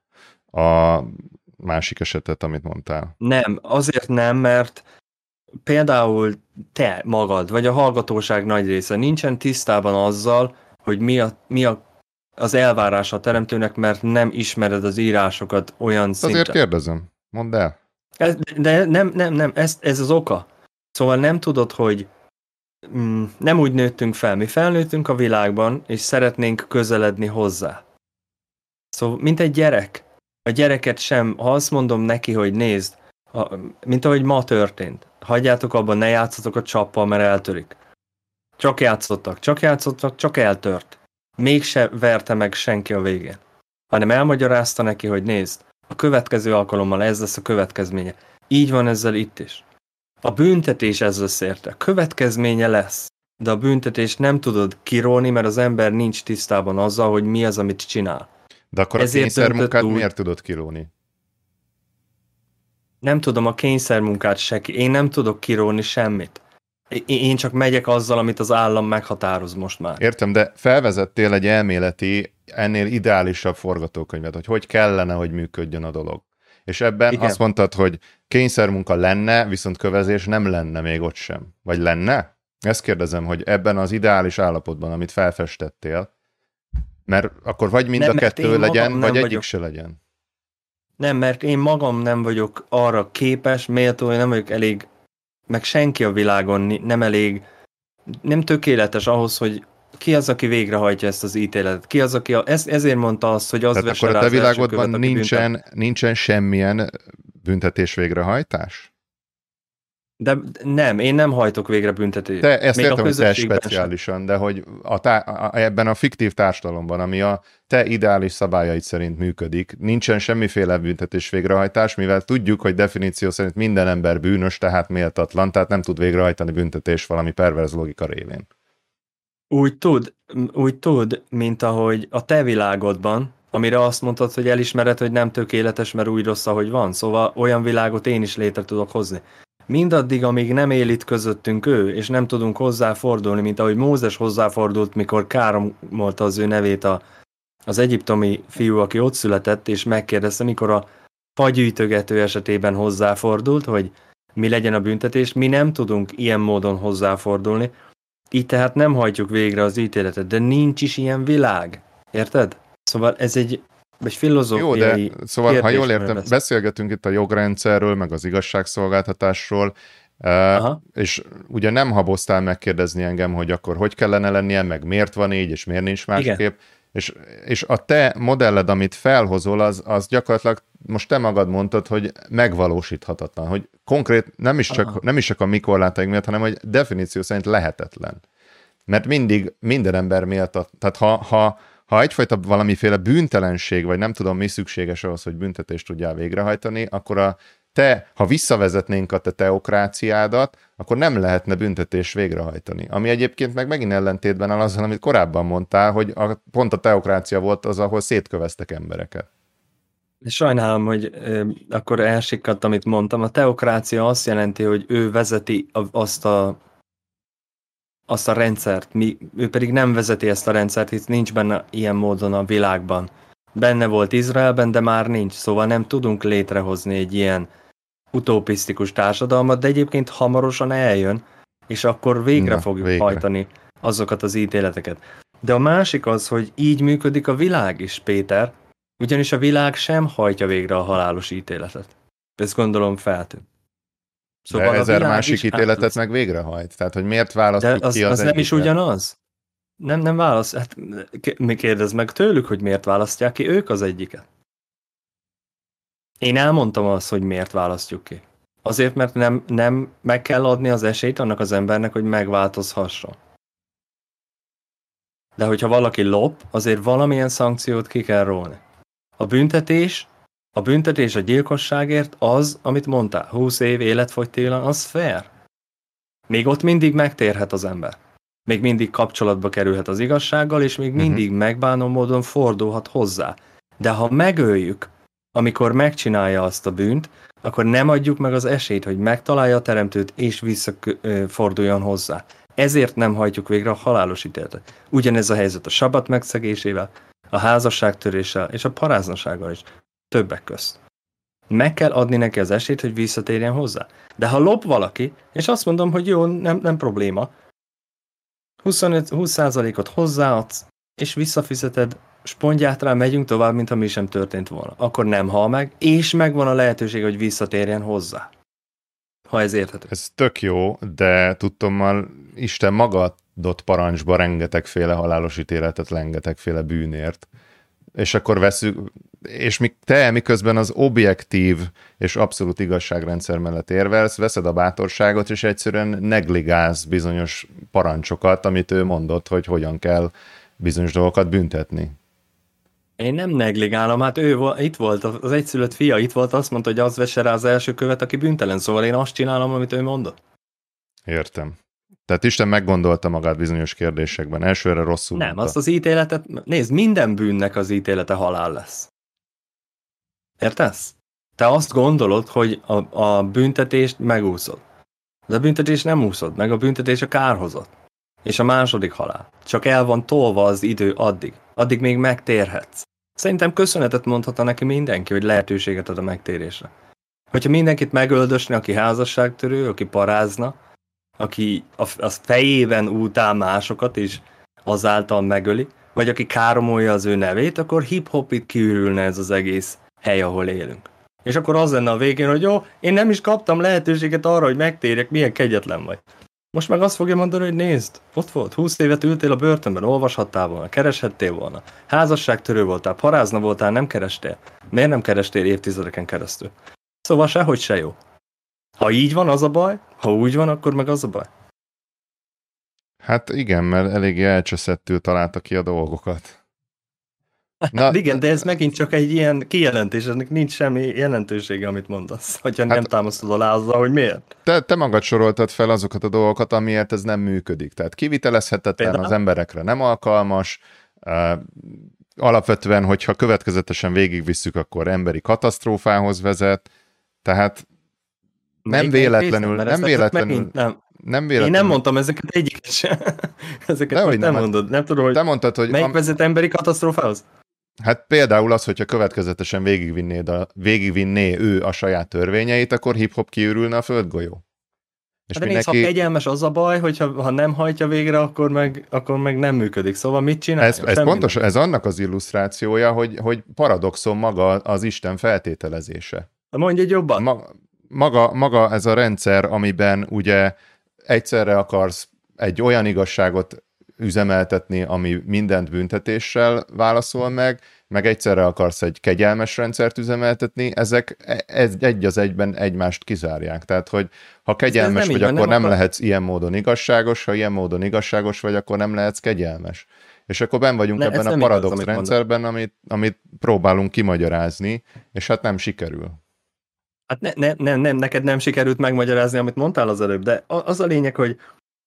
a másik esetet, amit mondtál. Nem, azért nem, mert például te magad, vagy a hallgatóság nagy része nincsen tisztában azzal, hogy mi az elvárása a teremtőnek, mert nem ismered az írásokat olyan szinten. Azért kérdezem, mondd el. De nem, ez az oka. Szóval nem tudod, hogy nem úgy nőttünk fel. Mi felnőttünk a világban, és szeretnénk közeledni hozzá. Szóval, mint egy gyerek. A gyereket sem, ha azt mondom neki, hogy nézd, mint ahogy ma történt. Hagyjátok abban, ne játszatok a csappal, mert eltörik. Csak játszottak, csak eltört. mégse verte meg senki a végén, hanem elmagyarázta neki, hogy nézd, a következő alkalommal ez lesz a következménye. Így van ezzel itt is. A büntetés ez lesz érte. Következménye lesz, de a büntetést nem tudod kirólni, mert az ember nincs tisztában azzal, hogy mi az, amit csinál. De akkor ezért a kényszermunkát miért tudod kirólni? Nem tudom a kényszermunkát se. Én nem tudok kirólni semmit. Én csak megyek azzal, amit az állam meghatároz most már. Értem, de felvezettél egy elméleti, ennél ideálisabb forgatókönyvet, hogy kellene, hogy működjön a dolog. És ebben igen. Azt mondtad, hogy kényszermunka lenne, viszont kövezés nem lenne még ott sem. Vagy lenne? Ezt kérdezem, hogy ebben az ideális állapotban, amit felfestettél, mert akkor vagy mind nem, a kettő legyen, vagy egyik se legyen. Nem, mert én magam nem vagyok arra képes, méltó, nem vagyok elég, meg senki a világon nem elég, nem tökéletes ahhoz, hogy ki az, aki végrehajtja ezt az ítéletet? Ki az, aki ezért mondta azt, hogy az tehát vesse rá az első követ, akkor a te világodban nincsen semmilyen büntetés végrehajtás? De nem, én nem hajtok végre büntetést. Te ezt értem, hogy te speciálisan, de hogy ebben a fiktív társadalomban, ami a te ideális szabályaid szerint működik, nincsen semmiféle büntetés végrehajtás, mivel tudjuk, hogy definíció szerint minden ember bűnös, tehát méltatlan, tehát nem tud végrehajtani büntetés valami perverz logika révén. Úgy tud, mint ahogy a te világodban, amire azt mondtad, hogy elismered, hogy nem tökéletes, mert úgy rossz, ahogy van. Szóval olyan világot én is létre tudok hozni. Mindaddig, amíg nem él itt közöttünk ő, és nem tudunk hozzáfordulni, mint ahogy Mózes hozzáfordult, mikor káromolta az ő nevét az egyiptomi fiú, aki ott született, és megkérdezte, mikor a fagyűjtögető esetében hozzáfordult, hogy mi legyen a büntetés, mi nem tudunk ilyen módon hozzáfordulni, így tehát nem hajtjuk végre az ítéletet, de nincs is ilyen világ. Érted? Szóval ez egy filozófiai jó, de szóval, ha jól értem, beszélgetünk itt a jogrendszerről, meg az igazságszolgáltatásról, és ugye nem haboztál megkérdezni engem, hogy akkor hogy kellene lennie, meg miért van így, és miért nincs másképp. És a te modelled, amit felhozol, az gyakorlatilag most te magad mondtad, hogy megvalósíthatatlan, hogy konkrét nem is csak a mi korlátaink miatt, hanem hogy definíció szerint lehetetlen. Mert mindig minden ember méltat, tehát ha egyfajta valamiféle bűntelenség, vagy nem tudom mi szükséges ahhoz, hogy büntetést tudjál végrehajtani, akkor ha visszavezetnénk a te teokráciádat, akkor nem lehetne büntetést végrehajtani. Ami egyébként meg megint ellentétben áll azzal, amit korábban mondtál, hogy pont a teokrácia volt az, ahol szétköveztek embereket. Sajnálom, hogy akkor elsikadt, amit mondtam. A teokrácia azt jelenti, hogy ő vezeti azt a rendszert, ő pedig nem vezeti ezt a rendszert, hisz nincs benne ilyen módon a világban. Benne volt Izraelben, de már nincs, szóval nem tudunk létrehozni egy ilyen utopisztikus társadalmat, de egyébként hamarosan eljön, és akkor végre fogjuk hajtani azokat az ítéleteket. De a másik az, hogy így működik a világ is, Péter, ugyanis a világ sem hajtja végre a halálos ítéletet. Ezt gondolom feltűnt. Szóval de 1000 másik ítéletet meg végrehajt. Tehát, hogy miért választjuk ki az nem is ugyanaz? Nem választ. Hát mi kérdez meg tőlük, hogy miért választják ki ők az egyiket? Én elmondtam azt, hogy miért választjuk ki. Azért, mert nem meg kell adni az esélyt annak az embernek, hogy megváltozhasson. De hogyha valaki lop, azért valamilyen szankciót ki kell rólni. A büntetés a gyilkosságért az, amit mondtál, 20 év életfogytiglan, az fair. Még ott mindig megtérhet az ember. Még mindig kapcsolatba kerülhet az igazsággal, és még mindig megbánó módon fordulhat hozzá. De ha megöljük, amikor megcsinálja azt a bűnt, akkor nem adjuk meg az esélyt, hogy megtalálja a teremtőt, és visszaforduljon hozzá. Ezért nem hajtjuk végre a halálos ítéletet. Ugyanez a helyzet a sabbat megszegésével, a házasságtöréssel és a paráznasággal is. Többek közt. Meg kell adni neki az esélyt, hogy visszatérjen hozzá. De ha lop valaki, és azt mondom, hogy jó, nem probléma, 20%-ot hozzáadsz, és visszafizeted, spondját rá, megyünk tovább, mintha mi sem történt volna. Akkor nem hal meg, és megvan a lehetőség, hogy visszatérjen hozzá. Ha ez érthető. Ez tök jó, de tudtommal Isten maga adott parancsba rengetegféle halálos ítéletet, rengetegféle bűnért. És akkor veszük, és te miközben az objektív és abszolút igazságrendszer mellett érvelsz, veszed a bátorságot, és egyszerűen negligálsz bizonyos parancsokat, amit ő mondott, hogy hogyan kell bizonyos dolgokat büntetni. Én nem negligálom, hát ő itt volt, az egyszülött fia itt volt, azt mondta, hogy az vesse rá az első követ, aki bűntelen, szóval én azt csinálom, amit ő mondott. Értem. Tehát Isten meggondolta magát bizonyos kérdésekben. Elsőre rosszul Nem, mondta. azt az ítéletet, nézd, minden bűnnek az ítélete halál lesz. Értesz? Te azt gondolod, hogy a büntetést megúszod. De a büntetés nem úszod meg, a büntetés a kárhozat. És a második halál. Csak el van tolva az idő addig. Addig még megtérhetsz. Szerintem köszönetet mondhatna neki mindenki, hogy lehetőséget ad a megtérésre. Hogyha mindenkit megöldösni, aki házasságtörő, aki parázna, aki a fejében utál másokat, és azáltal megöli, vagy aki káromolja az ő nevét, akkor hip-hop itt kiürülne ez az egész hely, ahol élünk. És akkor az lenne a végén, hogy jó, én nem is kaptam lehetőséget arra, hogy megtérjek, milyen kegyetlen vagy. Most meg azt fogja mondani, hogy nézd, ott volt, 20 évet ültél a börtönben, olvashattál volna, kereshettél volna, házasságtörő voltál, parázna voltál, nem kerestél. Miért nem kerestél évtizedeken keresztül? Szóval sehogy se jó. Ha így van, az a baj, ha úgy van, akkor meg az a baj. Hát igen, mert eléggé elcseszettül találta ki a dolgokat. Na, igen, de ez megint csak egy ilyen kijelentés, ennek nincs semmi jelentősége, amit mondasz, hogyha nem támasztod alá azzal, hogy miért. Te magad soroltad fel azokat a dolgokat, amiért ez nem működik. Tehát kivitelezhetetlen, az emberekre nem alkalmas, alapvetően, hogyha következetesen végigvisszük, akkor emberi katasztrófához vezet, tehát nem véletlenül. Én nem mondtam ezeket egyiket sem. Ezeket nem mondod. Nem tudom, hogy te mondtad, hogy melyik vezet emberi katasztrófához? Hát például az, hogyha következetesen végigvinné ő a saját törvényeit, akkor hip-hop kiürülne a földgolyó. És de mindenki... nézd, ha kegyelmes az a baj, hogyha nem hajtja végre, akkor meg nem működik. Szóval mit csinál? Ez pontos, ez annak az illusztrációja, hogy paradoxon maga az Isten feltételezése. Mondj egy jobban. Maga ez a rendszer, amiben ugye egyszerre akarsz egy olyan igazságot üzemeltetni, ami mindent büntetéssel válaszol meg egyszerre akarsz egy kegyelmes rendszert üzemeltetni, ezek egy az egyben egymást kizárják. Tehát, hogy ha kegyelmes vagy, akkor nem lehetsz ilyen módon igazságos, ha ilyen módon igazságos vagy, akkor nem lehetsz kegyelmes. És akkor benn vagyunk ebben a paradox rendszerben, amit próbálunk kimagyarázni, és hát nem sikerül. Hát nem, neked nem sikerült megmagyarázni, amit mondtál az előbb, de az a lényeg, hogy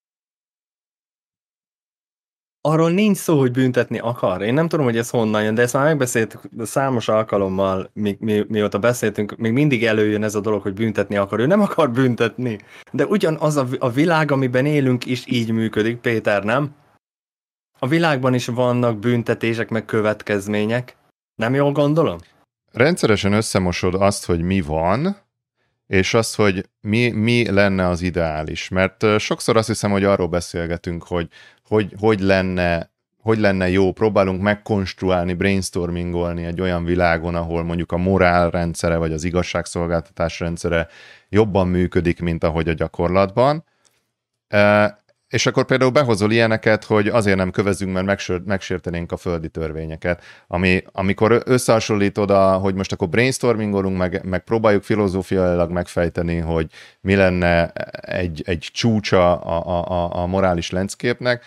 arról nincs szó, hogy büntetni akar. Én nem tudom, hogy ez honnan jön, de ezt már megbeszéltük számos alkalommal, mióta beszéltünk, még mindig előjön ez a dolog, hogy büntetni akar. Ő nem akar büntetni, de ugyanaz a világ, amiben élünk is így működik, Péter, nem? A világban is vannak büntetések, meg következmények. Nem jól gondolom? Rendszeresen összemosod azt, hogy mi van, és azt, hogy mi lenne az ideális. Mert sokszor azt hiszem, hogy arról beszélgetünk, hogy lenne jó, próbálunk megkonstruálni, brainstormingolni egy olyan világon, ahol mondjuk a morál rendszere, vagy az igazságszolgáltatás rendszere jobban működik, mint ahogy a gyakorlatban. És akkor például behozol ilyeneket, hogy azért nem kövezünk, mert megsértenénk a földi törvényeket. Amikor összehasonlítod, hogy most akkor brainstormingolunk, meg próbáljuk filozófiailag megfejteni, hogy mi lenne egy csúcsa a morális landscape-nek,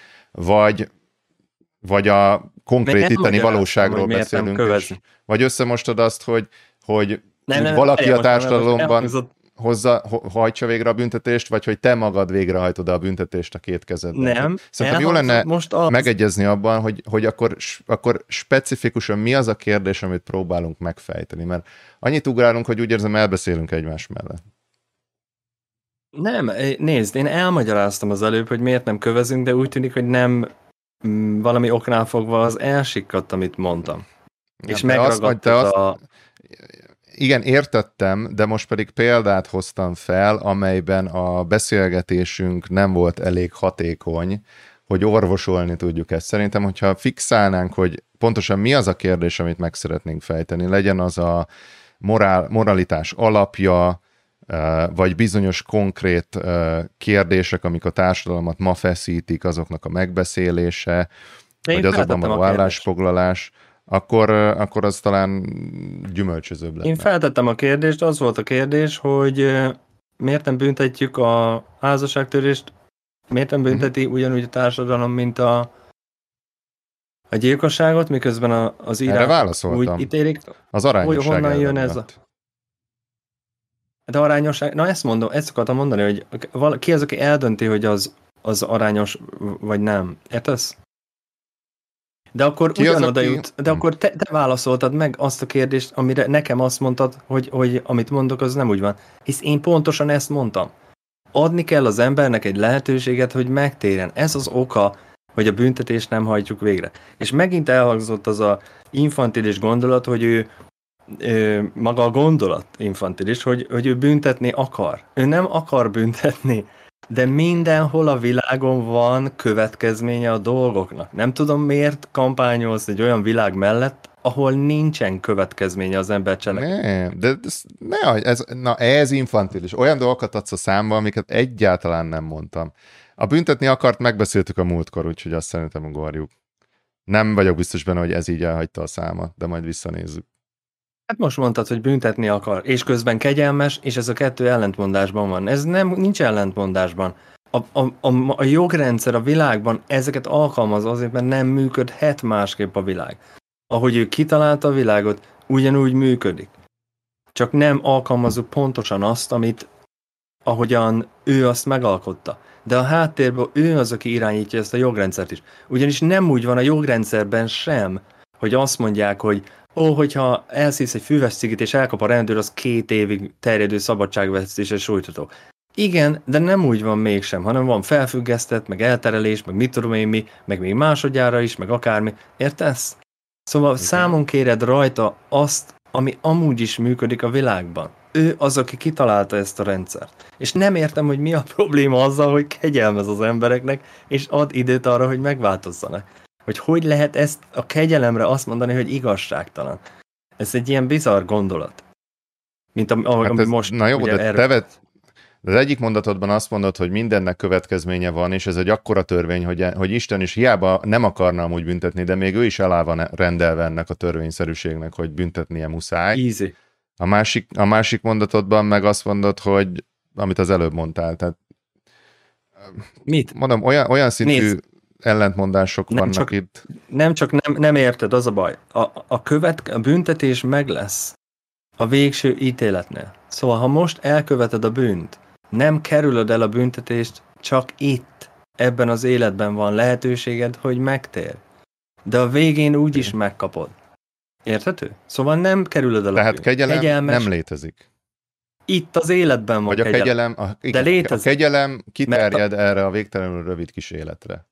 vagy a konkrét itteni valóságról beszélünk, vagy összemostad azt, hogy valaki a társadalomban hajtsa végre a büntetést, vagy hogy te magad végrehajtod a büntetést a két kezeddel. Nem. Szerintem jó lenne megegyezni abban, hogy akkor specifikusan mi az a kérdés, amit próbálunk megfejteni, mert annyit ugrálunk, hogy úgy érzem, elbeszélünk egymás mellett. Nem, nézd, én elmagyaráztam az előbb, hogy miért nem kövezünk, de úgy tűnik, hogy nem valami oknál fogva az elsikadt, amit mondtam. Nem, és megragadtad Igen, értettem, de most pedig példát hoztam fel, amelyben a beszélgetésünk nem volt elég hatékony, hogy orvosolni tudjuk ezt. Szerintem, hogyha fixálnánk, hogy pontosan mi az a kérdés, amit meg szeretnénk fejteni, legyen az a moralitás alapja, vagy bizonyos konkrét kérdések, amik a társadalmat ma feszítik, azoknak a megbeszélése, vagy azokban való állásfoglalás, akkor az talán gyümölcsözőbb lenne. Én feltettem a kérdést, az volt a kérdés, hogy miért nem büntetjük a házasságtörést, miért nem bünteti ugyanúgy a társadalom, mint a a gyilkosságot, miközben az Erre írás válaszoltam. úgy ítélik. Az arányosság honnan jön elve ez miatt. De arányosság, na ezt mondom, ezt akartam mondani, hogy ki az, aki eldönti, hogy az arányos, vagy nem. Értesz? De akkor ugyanoda jut, de akkor te válaszoltad meg azt a kérdést, amire nekem azt mondtad, hogy amit mondok, az nem úgy van. Hisz én pontosan ezt mondtam. Adni kell az embernek egy lehetőséget, hogy megtérjen. Ez az oka, hogy a büntetést nem hajtjuk végre. És megint elhangzott az a infantilis gondolat, hogy ő maga a gondolat infantilis, hogy ő büntetni akar. Ő nem akar büntetni, de mindenhol a világon van következménye a dolgoknak. Nem tudom, miért kampányolsz egy olyan világ mellett, ahol nincsen következménye az ember cselekedetnek. Ez infantilis. Olyan dolgokat adsz a számba, amiket egyáltalán nem mondtam. A büntetni akart, megbeszéltük a múltkor, úgyhogy azt szerintem ugorjuk. Nem vagyok biztos benne, hogy ez így elhagyta a számat, de majd visszanézzük. Hát most mondtad, hogy büntetni akar, és közben kegyelmes, és ez a kettő ellentmondásban van. Ez nincs ellentmondásban. A jogrendszer a világban ezeket alkalmaz azért, mert nem működhet másképp a világ. Ahogy ő kitalálta a világot, ugyanúgy működik. Csak nem alkalmazzuk pontosan azt, ahogyan ő azt megalkotta. De a háttérben ő az, aki irányítja ezt a jogrendszert is. Ugyanis nem úgy van a jogrendszerben sem, hogy azt mondják, hogy hogyha elszívsz egy füves cigit és elkap a rendőr, az 2 évig terjedő szabadságvesztése sújtható. Igen, de nem úgy van mégsem, hanem van felfüggesztett, meg elterelés, meg mit tudom én mi, meg még másodjára is, meg akármi. Értesz? Szóval igen. Számon kéred rajta azt, ami amúgy is működik a világban. Ő az, aki kitalálta ezt a rendszert. És nem értem, hogy mi a probléma azzal, hogy kegyelmez az embereknek, és ad időt arra, hogy megváltozzanak. Hogy lehet ezt a kegyelemre azt mondani, hogy igazságtalan. Ez egy ilyen bizarr gondolat. Mint ami most... Na jó, de az egyik mondatodban azt mondod, hogy mindennek következménye van, és ez egy akkora törvény, hogy Isten is hiába nem akarna amúgy büntetni, de még ő is alá van rendelve ennek a törvényszerűségnek, hogy büntetnie muszáj. Easy. A másik mondatodban meg azt mondod, hogy amit az előbb mondtál. Tehát, mit? Mondom, olyan szintű ellentmondások vannak itt. Nem érted, az a baj. A büntetés meg lesz a végső ítéletnél. Szóval, ha most elköveted a bűnt, nem kerülöd el a büntetést, csak itt, ebben az életben van lehetőséged, hogy megtér. De a végén úgyis megkapod. Érthető? Szóval nem kerülöd el a bűnt. Tehát kegyelem nem létezik. Itt az életben van kegyelem. De létezik. A kegyelem kiterjed erre a végtelenül rövid kis életre.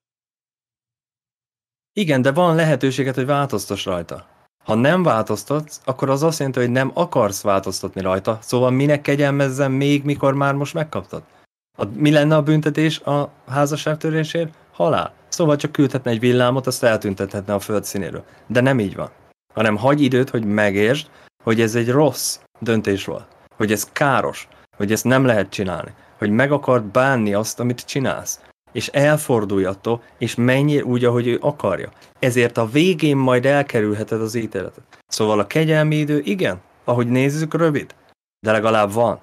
Igen, de van lehetőséget, hogy változtass rajta. Ha nem változtatsz, akkor az azt jelenti, hogy nem akarsz változtatni rajta. Szóval minek kegyelmezzem még, mikor már most megkaptad? Mi lenne a büntetés a házasságtörésért? Halál. Szóval csak küldhetne egy villámot, azt eltüntethetne a föld színéről. De nem így van. Hanem hagyj időt, hogy megértsd, hogy ez egy rossz döntés volt. Hogy ez káros. Hogy ezt nem lehet csinálni. Hogy meg akart bánni azt, amit csinálsz. És elfordulj attól, és menjél úgy, ahogy ő akarja. Ezért a végén majd elkerülheted az ítéletet. Szóval a kegyelmi idő, igen, ahogy nézzük, rövid, de legalább van.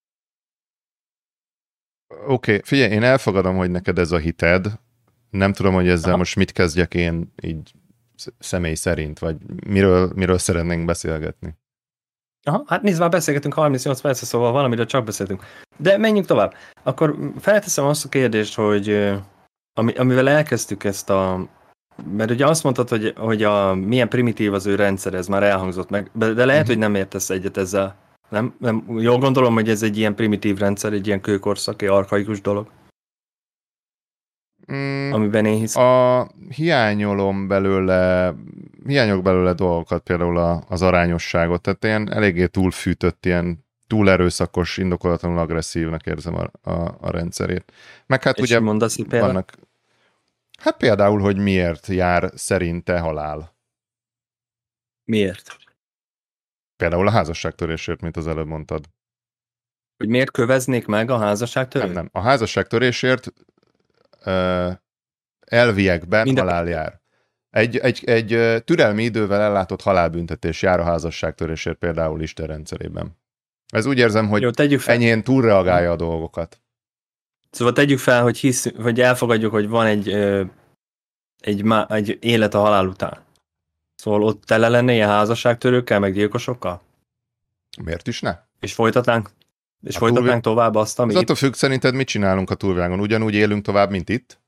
Oké, figyelj, én elfogadom, hogy neked ez a hited. Nem tudom, hogy ezzel most mit kezdjek én így személy szerint, vagy miről szeretnénk beszélgetni. Aha, hát nézd, már beszélgetünk 38 perc, szóval valamiről csak beszéltünk. De menjünk tovább. Akkor felteszem azt a kérdést, hogy amivel elkezdtük ezt mert ugye azt mondtad, hogy milyen primitív az ő rendszer, ez már elhangzott meg, de lehet, hogy nem értesz egyet ezzel. Nem? Jól gondolom, hogy ez egy ilyen primitív rendszer, egy ilyen kőkorszaki, archaikus dolog? Amiben én hiszem. Hiányolok belőle dolgokat, például az arányosságot, tehát ilyen eléggé túlfűtött, ilyen túl erőszakos, indokolatlanul agresszívnek érzem a rendszerét. Meg hát és ugye mondasz vannak... Hát például, hogy miért jár szerinte halál. Miért? Például a házasságtörésért, mint az előbb mondtad. Hogy miért köveznék meg a házasságtörést? Nem. A házasságtörésért elviekben halál jár. Egy türelmi idővel ellátott halálbüntetés jár a házasságtörésért például Isten rendszerében. Ez úgy érzem, hogy enyhén túlreagálja a dolgokat. Szóval tegyük fel, hogy elfogadjuk, hogy van egy élet a halál után. Szóval ott tele lenne ilyen házasságtörőkkel, meg gyilkosokkal? Miért is ne? És folytatnánk tovább azt, amit... Az attól függ, szerinted mit csinálunk a túlvilágon? Ugyanúgy élünk tovább, mint itt?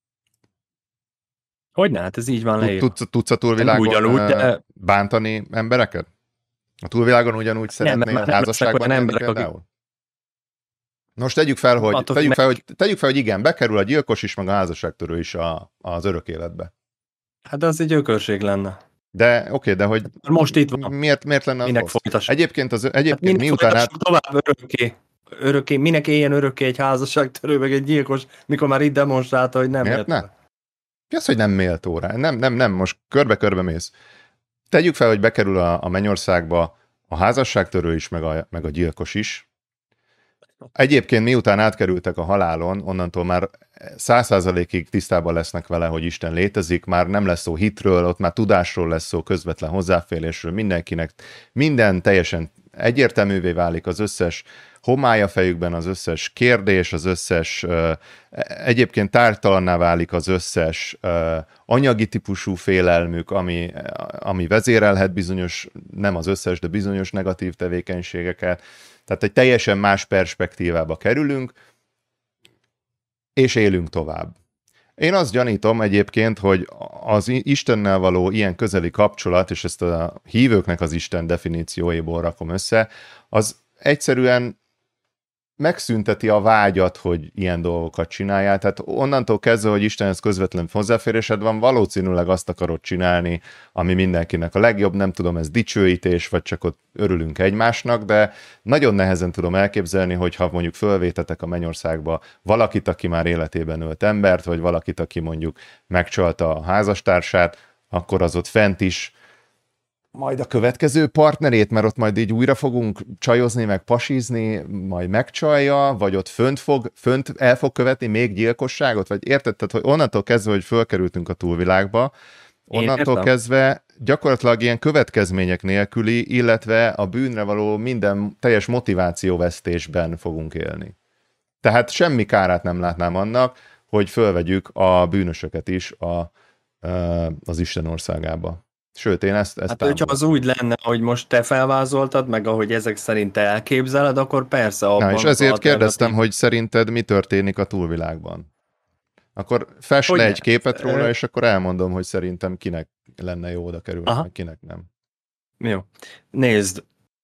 Hogyne, hát ez így van leírva. Tudsz a túlvilágon ugyanúgy, de... bántani embereket? A túlvilágon ugyanúgy szeretnél házasságban élni például? Most tegyük fel, hogy igen, bekerül a gyilkos is, meg a házasságtörő is az örök életbe. Hát az egy ökörség lenne. De oké, de hogy most itt van. Miért lenne az minek rossz? Egyébként miután tovább örökké, minek éljen örökké egy házasságtörő, meg egy gyilkos, mikor már itt demonstrálta, hogy nem miért ne? Mi az, hogy nem méltó rá? Nem, most körbe-körbe mész. Tegyük fel, hogy bekerül a mennyországba a házasságtörő is, meg a gyilkos is. Egyébként miután átkerültek a halálon, onnantól már 100%-ig tisztában lesznek vele, hogy Isten létezik, már nem lesz szó hitről, ott már tudásról lesz szó, közvetlen hozzáférésről, mindenkinek, minden teljesen egyértelművé válik, az összes homály a fejükben, az összes kérdés, az összes egyébként tártalanná válik az összes anyagi típusú félelmük, ami vezérelhet bizonyos, nem az összes, de bizonyos negatív tevékenységeket. Tehát egy teljesen más perspektívába kerülünk, és élünk tovább. Én azt gyanítom egyébként, hogy az Istennel való ilyen közeli kapcsolat, és ezt a hívőknek az Isten definícióiból rakom össze, az egyszerűen megszünteti a vágyat, hogy ilyen dolgokat csináljál. Tehát onnantól kezdve, hogy Istenhez közvetlen hozzáférésed van, valószínűleg azt akarod csinálni, ami mindenkinek a legjobb. Nem tudom, ez dicsőítés, vagy csak ott örülünk egymásnak, de nagyon nehezen tudom elképzelni, hogyha mondjuk fölvétetek a mennyországba valakit, aki már életében ölt embert, vagy valakit, aki mondjuk megcsalta a házastársát, akkor az ott fent is majd a következő partnerét, mert ott majd így újra fogunk csajozni, meg pasizni, majd megcsalja, vagy ott fönt el fog követni még gyilkosságot, vagy érted? Tehát, hogy onnantól kezdve, hogy fölkerültünk a túlvilágba, onnantól kezdve gyakorlatilag ilyen következmények nélküli, illetve a bűnre való minden teljes motivációvesztésben fogunk élni. Tehát semmi kárát nem látnám annak, hogy fölvegyük a bűnösöket is az Isten országába. Sőt, én ezt hát, hogyha az úgy lenne, hogy most te felvázoltad, meg ahogy ezek szerint te elképzeled, akkor persze abban... Na, és ezért kérdeztem, hogy szerinted mi történik a túlvilágban. Akkor fess le egy képet róla, és akkor elmondom, hogy szerintem kinek lenne jó oda kerülni, meg kinek nem. Jó. Nézd,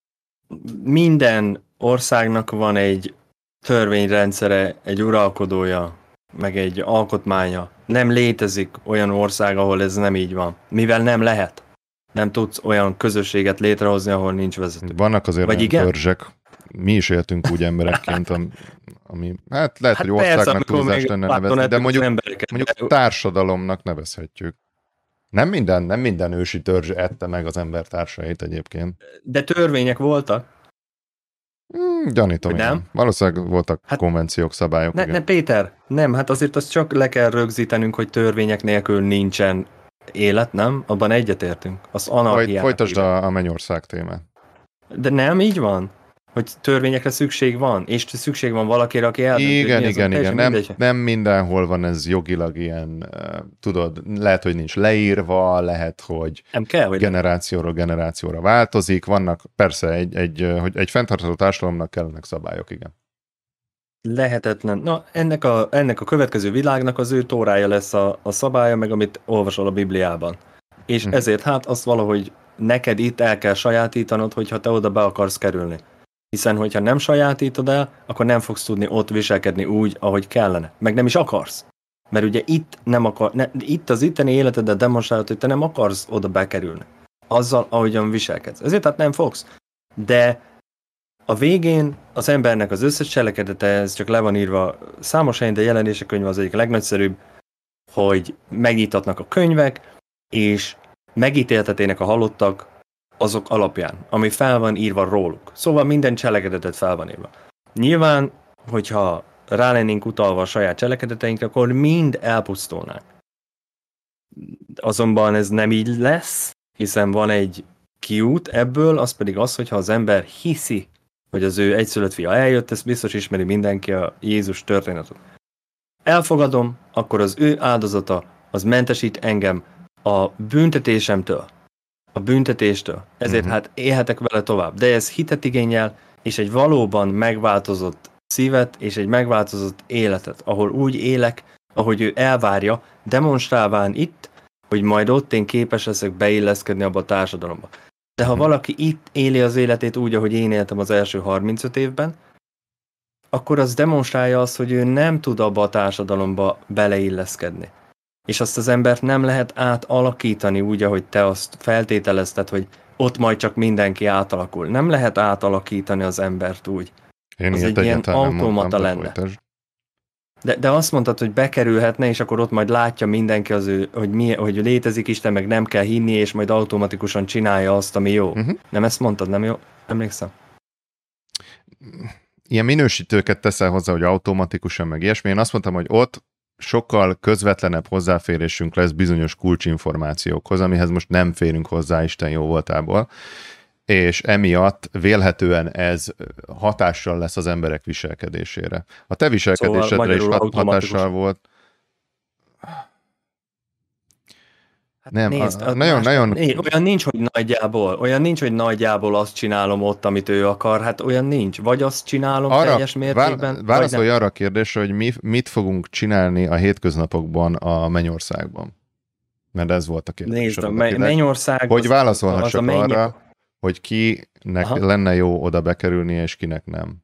minden országnak van egy törvényrendszere, egy uralkodója, meg egy alkotmánya. Nem létezik olyan ország, ahol ez nem így van. Mivel nem lehet. Nem tudsz olyan közösséget létrehozni, ahol nincs vezető. Vannak azért olyan törzsek. Mi is éltünk úgy emberekként, ami hát lehet, hogy országnak túlzás lenne nevezni, de mondjuk társadalomnak nevezhetjük. Nem minden ősi törzs ette meg az embertársait egyébként. De törvények voltak. Gyanítom, nem? Valószínűleg voltak konvenciók, szabályok. Ne, Péter, nem, hát azért azt csak le kell rögzítenünk, hogy törvények nélkül nincsen élet, nem? Abban egyetértünk. Az anarchiát. Folytasd a mennyország témát. De nem így van? Hogy törvényekre szükség van, és szükség van valakire, aki eldönti. Igen. Nem mindenhol van ez jogilag ilyen, tudod, lehet, hogy nincs leírva, lehet, hogy generációról generációra változik, vannak persze egy fenntartható társadalomnak kellenek szabályok, igen. Lehetetlen. Na, ennek a következő világnak az ő tórája lesz a szabálya, meg amit olvasol a Bibliában. És ezért hát azt valahogy neked itt el kell sajátítanod, hogyha te oda be akarsz kerülni. Hiszen, hogyha nem sajátítod el, akkor nem fogsz tudni ott viselkedni úgy, ahogy kellene. Meg nem is akarsz. Mert ugye itt az itteni életedet demonstrálod, hogy te nem akarsz oda bekerülni. Azzal, ahogyan viselkedsz. Ezért hát nem fogsz. De a végén az embernek az összes cselekedete, ez csak le van írva számos helyen, de Jelenések könyve az egyik legnagyszerűbb, hogy megnyitatnak a könyvek, és megítéltetének a halottak azok alapján, ami fel van írva róluk. Szóval minden cselekedetet fel van írva. Nyilván, hogyha rá lennénk utalva a saját cselekedeteinkre, akkor mind elpusztulnánk. Azonban ez nem így lesz, hiszen van egy kiút ebből, az pedig az, hogyha az ember hiszi, hogy az ő egyszülött fia eljött, ezt biztos ismeri mindenki a Jézus történetet. Elfogadom, akkor az ő áldozata az mentesít engem a büntetésemtől, a büntetéstől. Ezért hát élhetek vele tovább. De ez hitet igényel, és egy valóban megváltozott szívet, és egy megváltozott életet, ahol úgy élek, ahogy ő elvárja, demonstrálván itt, hogy majd ott én képes leszek beilleszkedni abba a társadalomba. De ha valaki itt éli az életét úgy, ahogy én éltem az első 35 évben, akkor az demonstrálja azt, hogy ő nem tud abba a társadalomba beleilleszkedni. És azt az embert nem lehet átalakítani úgy, ahogy te azt feltételezted, hogy ott majd csak mindenki átalakul. Nem lehet átalakítani az embert úgy. Én az egy ilyen automata lenne. De azt mondtad, hogy bekerülhetne, és akkor ott majd látja mindenki az ő, hogy létezik Isten, meg nem kell hinni, és majd automatikusan csinálja azt, ami jó. Nem ezt mondtad, nem jó? Emlékszem? Ilyen minősítőket teszel hozzá, hogy automatikusan, meg ilyesmi. Én azt mondtam, hogy ott sokkal közvetlenebb hozzáférésünk lesz bizonyos kulcsinformációkhoz, amihez most nem férünk hozzá Isten jó voltából, és emiatt vélhetően ez hatással lesz az emberek viselkedésére. A te viselkedésedre is hatással volt. Hát nem, nézd, nagyon... Olyan nincs, hogy nagyjából azt csinálom ott, amit ő akar, hát olyan nincs. Vagy azt csinálom teljes mértékben, válaszolj arra a kérdésre, hogy mit fogunk csinálni a hétköznapokban a Mennyországban. Mert ez volt a kérdés. Nézd, a Mennyország... Hogy válaszolnak csak arra, hogy kinek lenne jó oda bekerülni, és kinek nem.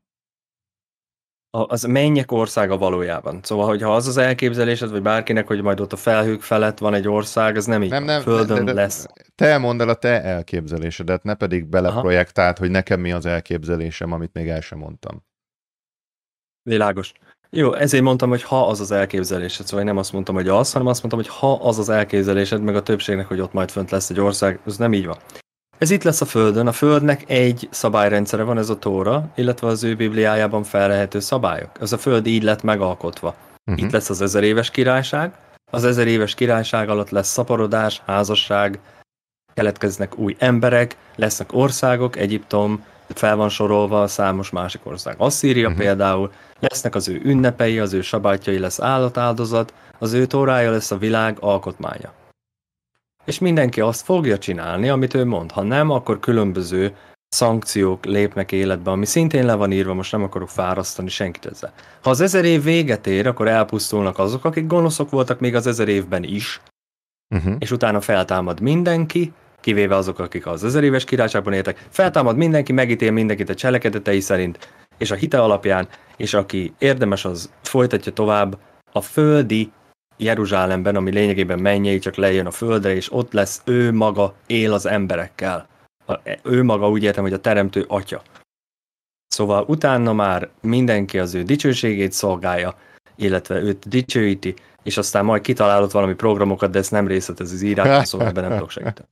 Az mennyek országa valójában. Szóval, hogyha az az elképzelésed, vagy bárkinek, hogy majd ott a felhők felett van egy ország, az nem így nem, Földön lesz. Te mondd el a te elképzelésedet, ne pedig beleprojektáld, hogy nekem mi az elképzelésem, amit még el sem mondtam. Világos. Jó, ezért mondtam, hogy ha az az elképzelésed, szóval én nem azt mondtam, hogy az, hanem azt mondtam, hogy ha az az elképzelésed, meg a többségnek, hogy ott majd fönt lesz egy ország, az nem így van. Ez itt lesz a Földön. A Földnek egy szabályrendszere van, ez a Tóra, illetve az ő Bibliájában felelhető szabályok. Ez a Föld így lett megalkotva. Itt lesz az 1000 éves királyság. Az 1000 éves királyság alatt lesz szaporodás, házasság, keletkeznek új emberek, lesznek országok, Egyiptom, fel van sorolva számos másik ország. Asszíria például, lesznek az ő ünnepei, az ő sabátjai lesz állatáldozat, az ő Tórája lesz a világ alkotmánya. És mindenki azt fogja csinálni, amit ő mond. Ha nem, akkor különböző szankciók lépnek életbe, ami szintén le van írva, most nem akarok fárasztani senkit ezzel. Ha az 1000 év véget ér, akkor elpusztulnak azok, akik gonoszok voltak még az 1000 évben is, és utána feltámad mindenki, kivéve azok, akik az 1000 éves királyságban éltek, feltámad mindenki, megítél mindenkit a cselekedetei szerint, és a hite alapján, és aki érdemes, az folytatja tovább a földi Jeruzsálemben, ami lényegében mennyei, csak lejön a földre, és ott lesz ő maga, él az emberekkel. Ő maga úgy értem, hogy a teremtő atya. Szóval utána már mindenki az ő dicsőségét szolgálja, illetve őt dicsőíti, és aztán majd kitalálod valami programokat, de ez nem részletez az írásban, szóval ebben nem tudok segíteni.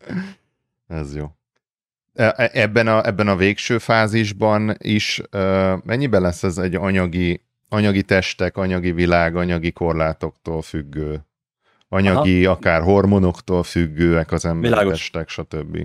Ez jó. Ebben a végső fázisban is mennyiben lesz ez egy anyagi testek, anyagi világ, anyagi korlátoktól függő, anyagi, akár hormonoktól függőek az embertestek, stb.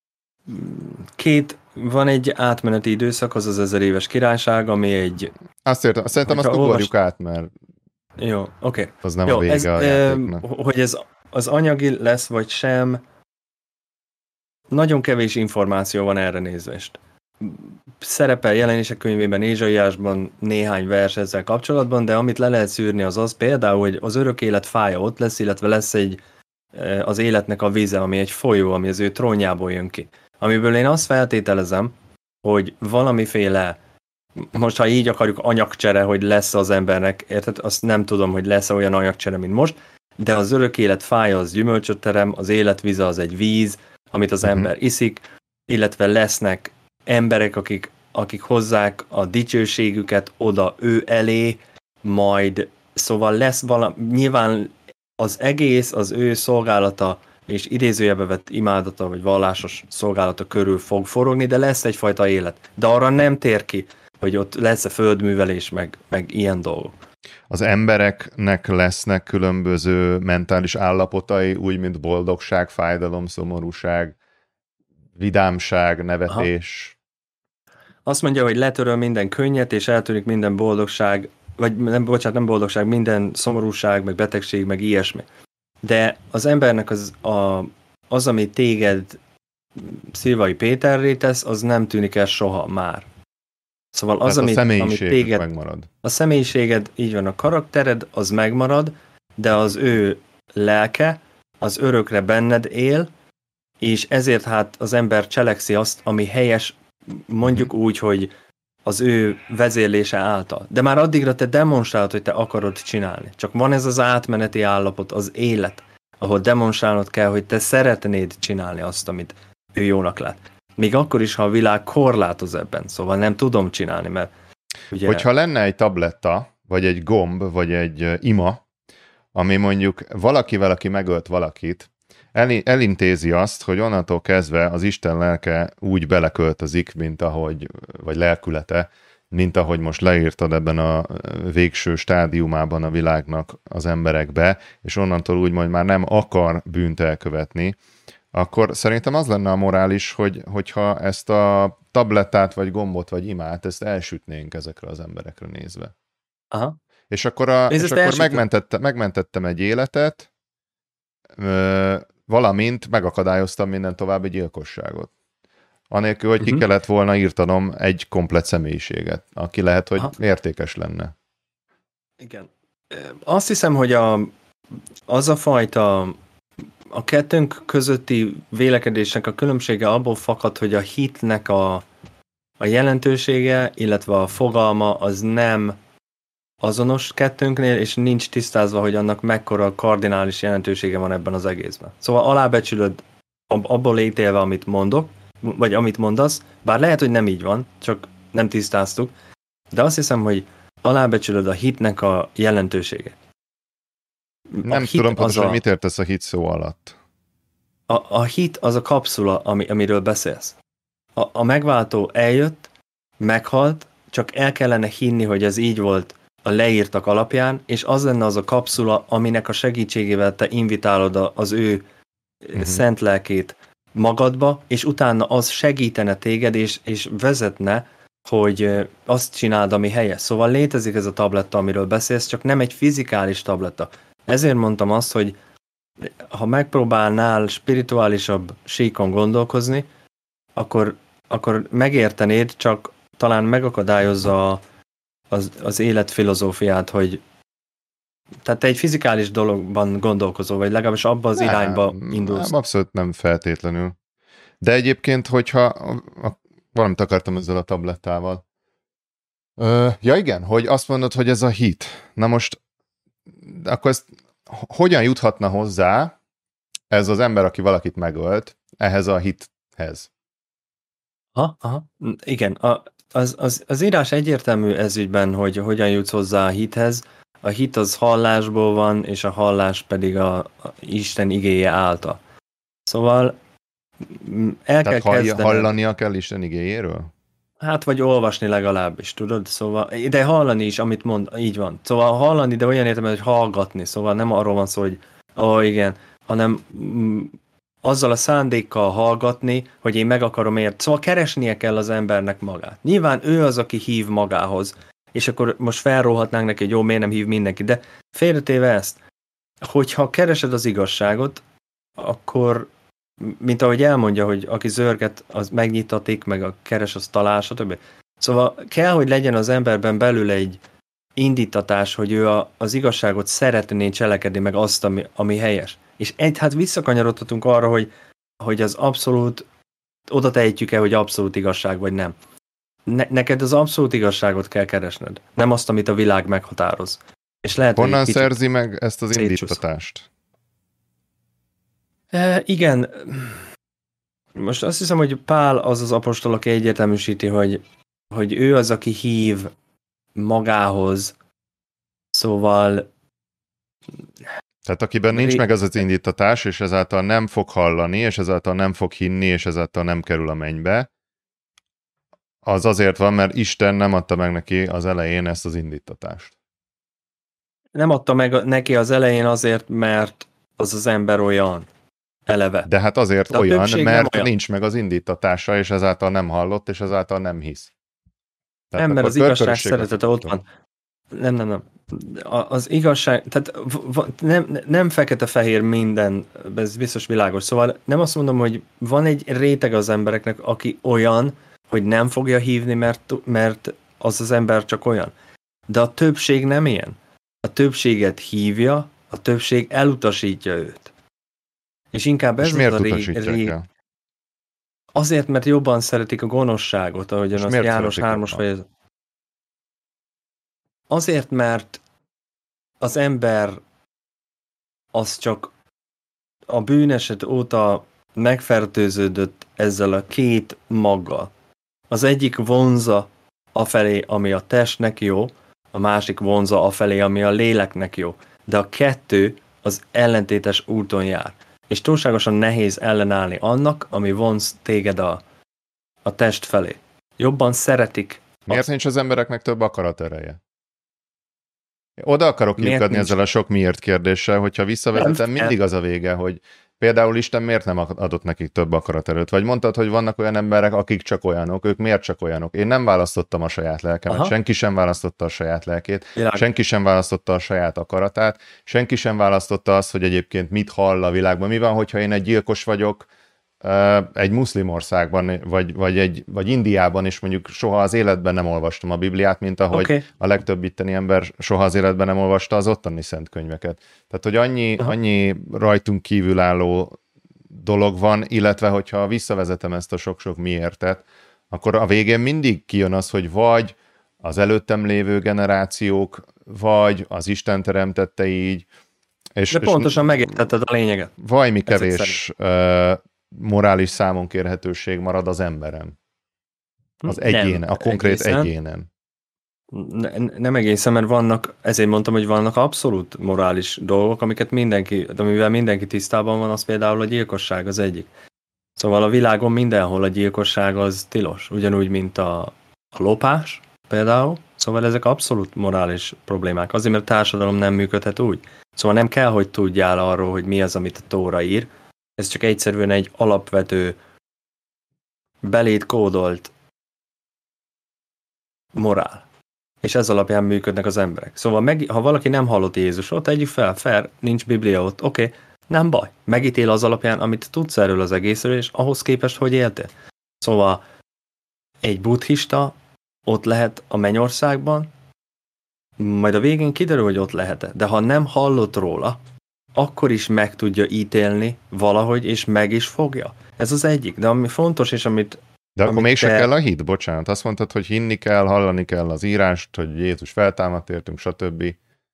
Van egy átmeneti időszak, az az 1000 éves királyság, ami egy... Szerintem azt ugorjuk át, mert jó, oké. Az nem a vége a játéknak. Hogy ez az anyagi lesz, vagy sem, nagyon kevés információ van erre nézvést. Szerepel jelenések könyvében, Ézsaiásban néhány vers ezzel kapcsolatban, de amit le lehet szűrni az például, hogy az örök élet fája ott lesz, illetve lesz az életnek a víze, ami egy folyó, ami az ő trónjából jön ki. Amiből én azt feltételezem, hogy valamiféle, most ha így akarjuk anyagcsere, hogy lesz az embernek, érted? Azt nem tudom, hogy lesz olyan anyagcsere, mint most, de az örök élet fája az gyümölcsöt terem, az életvíze az egy víz, amit az ember iszik, illetve lesznek emberek, akik hozzák a dicsőségüket oda ő elé, majd szóval lesz nyilván az egész az ő szolgálata és idézőjelbe vett imádata vagy vallásos szolgálata körül fog forogni, de lesz egyfajta élet. De arra nem tér ki, hogy ott lesz-e földművelés, meg ilyen dolgok. Az embereknek lesznek különböző mentális állapotai, úgy, mint boldogság, fájdalom, szomorúság, vidámság, nevetés. Azt mondja, hogy letöröl minden könnyet, és eltűnik minden boldogság, vagy nem boldogság, minden szomorúság, meg betegség, meg ilyesmi. de az embernek az ami téged Szilvai Péterré tesz, az nem tűnik el soha már. Szóval az, amit téged megmarad. A személyiséged, így van, a karaktered, az megmarad, de az ő lelke, az örökre benned él, és ezért hát az ember cselekszi azt, ami helyes, mondjuk úgy, hogy az ő vezérlése által. De már addigra te demonstrálod, hogy te akarod csinálni. Csak van ez az átmeneti állapot, az élet, ahol demonstrálnod kell, hogy te szeretnéd csinálni azt, amit ő jónak lát. Még akkor is, ha a világ korlátoz ebben, szóval nem tudom csinálni, mert ugye... Hogyha lenne egy tabletta, vagy egy gomb, vagy egy ima, ami mondjuk valakivel, aki megölt valakit, elintézi azt, hogy onnantól kezdve az Isten lelke úgy beleköltözik, mint ahogy, vagy lelkülete, mint ahogy most leírtad ebben a végső stádiumában a világnak az emberekbe, és onnantól úgy majd már nem akar bűnt elkövetni, akkor szerintem az lenne a morális, hogyha ezt a tablettát, vagy gombot, vagy imát, ezt elsütnénk ezekre az emberekre nézve. Aha. És akkor, megmentettem egy életet, valamint megakadályoztam minden további gyilkosságot. Anélkül, hogy ki kellett volna írtanom egy komplett személyiséget, aki lehet, hogy értékes lenne. Igen. Azt hiszem, hogy az a fajta a kettőnk közötti vélekedésnek a különbsége abból fakad, hogy a hitnek a jelentősége, illetve a fogalma az nem azonos kettőnknél, és nincs tisztázva, hogy annak mekkora kardinális jelentősége van ebben az egészben. Szóval alábecsülöd abból ítélve, amit mondok, vagy amit mondasz, bár lehet, hogy nem így van, csak nem tisztáztuk, de azt hiszem, hogy alábecsülöd a hitnek a jelentőséget. Nem tudom pontosan, hogy mit értesz a hit szó alatt. A hit az a kapszula, amiről beszélsz. A megváltó eljött, meghalt, csak el kellene hinni, hogy ez így volt a leírtak alapján, és az lenne az a kapszula, aminek a segítségével te invitálod az ő szent lelkét magadba, és utána az segítene téged, és vezetne, hogy azt csináld, ami helyes. Szóval létezik ez a tabletta, amiről beszélsz, csak nem egy fizikális tabletta. Ezért mondtam azt, hogy ha megpróbálnál spirituálisabb síkon gondolkozni, akkor megértenéd, csak talán megakadályozza az életfilozófiát, hogy tehát te egy fizikális dologban gondolkozol, vagy legalábbis abba az irányba indulsz. Abszolút nem feltétlenül. De egyébként, hogyha valamit akartam ezzel a tablettával. Ja igen, hogy azt mondod, hogy ez a hit. Na most, akkor ezt hogyan juthatna hozzá ez az ember, aki valakit megölt, ehhez a hithez? Aha. Igen, az írás egyértelmű ezügyben, hogy hogyan jutsz hozzá a hithez. A hit az hallásból van, és a hallás pedig a Isten igéje által. Szóval kell kezdeni. Hallania kell Isten igéjéről? Hát, vagy olvasni legalábbis, tudod? Szóval, de hallani is, amit mond, így van. Szóval hallani, de olyan értelemben, hogy hallgatni. Szóval nem arról van szó, hogy igen, hanem azzal a szándékkal hallgatni, hogy én meg akarom érteni. Szóval keresnie kell az embernek magát. Nyilván ő az, aki hív magához, és akkor most felróhatnánk neki, hogy jó, miért nem hív mindenki, de félretéve ezt, hogyha keresed az igazságot, akkor, mint ahogy elmondja, hogy aki zörget, az megnyitatik, meg a keres, az talál, stb. Szóval kell, hogy legyen az emberben belül egy indítatás, hogy ő az igazságot szeretné cselekedni, meg azt, ami helyes. És hát visszakanyarodhatunk arra, hogy az abszolút, oda tehetjük-e, hogy abszolút igazság, vagy nem. Neked az abszolút igazságot kell keresned, nem azt, amit a világ meghatároz. És lehet, honnan szerzi meg ezt az indítatást? Igen. Most azt hiszem, hogy Pál az apostol, aki egyértelműsíti, hogy ő az, aki hív magához. Szóval... Tehát akiben nincs meg az indítatás, és ezáltal nem fog hallani, és ezáltal nem fog hinni, és ezáltal nem kerül a mennybe, az azért van, mert Isten nem adta meg neki az elején ezt az indítatást. Nem adta meg neki az elején azért, mert az ember olyan eleve. De hát azért de olyan, mert olyan. Nincs meg az indítatása, és ezáltal nem hallott, és ezáltal nem hisz. Tehát nem, mert az igazság szeretete ott van. Nem. Az igazság, tehát nem fekete-fehér minden, ez biztos világos. Szóval nem azt mondom, hogy van egy réteg az embereknek, aki olyan, hogy nem fogja hívni, mert az ember csak olyan. De a többség nem ilyen. A többséget hívja, a többség elutasítja őt. És inkább ez miért utasítják el? Azért, mert jobban szeretik a gonoszságot, ahogyan azt János 3-as fejezet. Azért, mert az ember az csak a bűneset óta megfertőződött ezzel a két maggal. Az egyik vonza afelé, ami a testnek jó, a másik vonza afelé, ami a léleknek jó. De a kettő az ellentétes úton jár. És túlságosan nehéz ellenállni annak, ami vonz téged a test felé. Jobban szeretik. Miért nincs az embereknek több akaratereje? Oda akarok kiukadni ezzel a sok miért kérdéssel, hogyha visszavezetem, mindig az a vége, hogy például Isten miért nem adott nekik több akaraterőt? Vagy mondtad, hogy vannak olyan emberek, akik csak olyanok, ők miért csak olyanok? Én nem választottam a saját lelkemet, senki sem választotta a saját lelkét, senki sem választotta a saját akaratát, senki sem választotta azt, hogy egyébként mit hall a világban. Mi van, hogyha én egy gyilkos vagyok, egy muszlim országban, vagy Indiában, és mondjuk soha az életben nem olvastam a Bibliát, mint ahogy a legtöbb itteni ember soha az életben nem olvasta az ottani szent könyveket. Tehát, hogy annyi rajtunk kívülálló dolog van, illetve hogyha visszavezetem ezt a sok-sok miértet, akkor a végén mindig kijön az, hogy vagy az előttem lévő generációk, vagy az Isten teremtette így. De pontosan megértetted a lényeget. Vajmi kevés morális számon kérhetőség marad az emberen. Az egyénen, a konkrét egyénen. Nem egészen, mert vannak, ezért mondtam, hogy vannak abszolút morális dolgok, amivel mindenki tisztában van, az például a gyilkosság az egyik. Szóval a világon mindenhol a gyilkosság az tilos, ugyanúgy, mint a lopás például. Szóval ezek abszolút morális problémák, azért, mert a társadalom nem működhet úgy. Szóval nem kell, hogy tudjál arról, hogy mi az, amit a Tóra ír. Ez csak egyszerűen egy alapvető, beléd kódolt morál. És ez alapján működnek az emberek. Szóval ha valaki nem hallott Jézusról, tegyük fel, nincs Biblia ott, oké, nem baj. Megítél az alapján, amit tudsz erről az egészről, és ahhoz képest, hogy éltél. Szóval egy buddhista ott lehet a mennyországban, majd a végén kiderül, hogy ott lehet-e. De ha nem hallott róla, akkor is meg tudja ítélni valahogy, és meg is fogja. Ez az egyik. De ami fontos, és amit... De akkor mégse kell a hit, bocsánat. Azt mondtad, hogy hinni kell, hallani kell az írást, hogy Jézus feltámadt értünk, stb.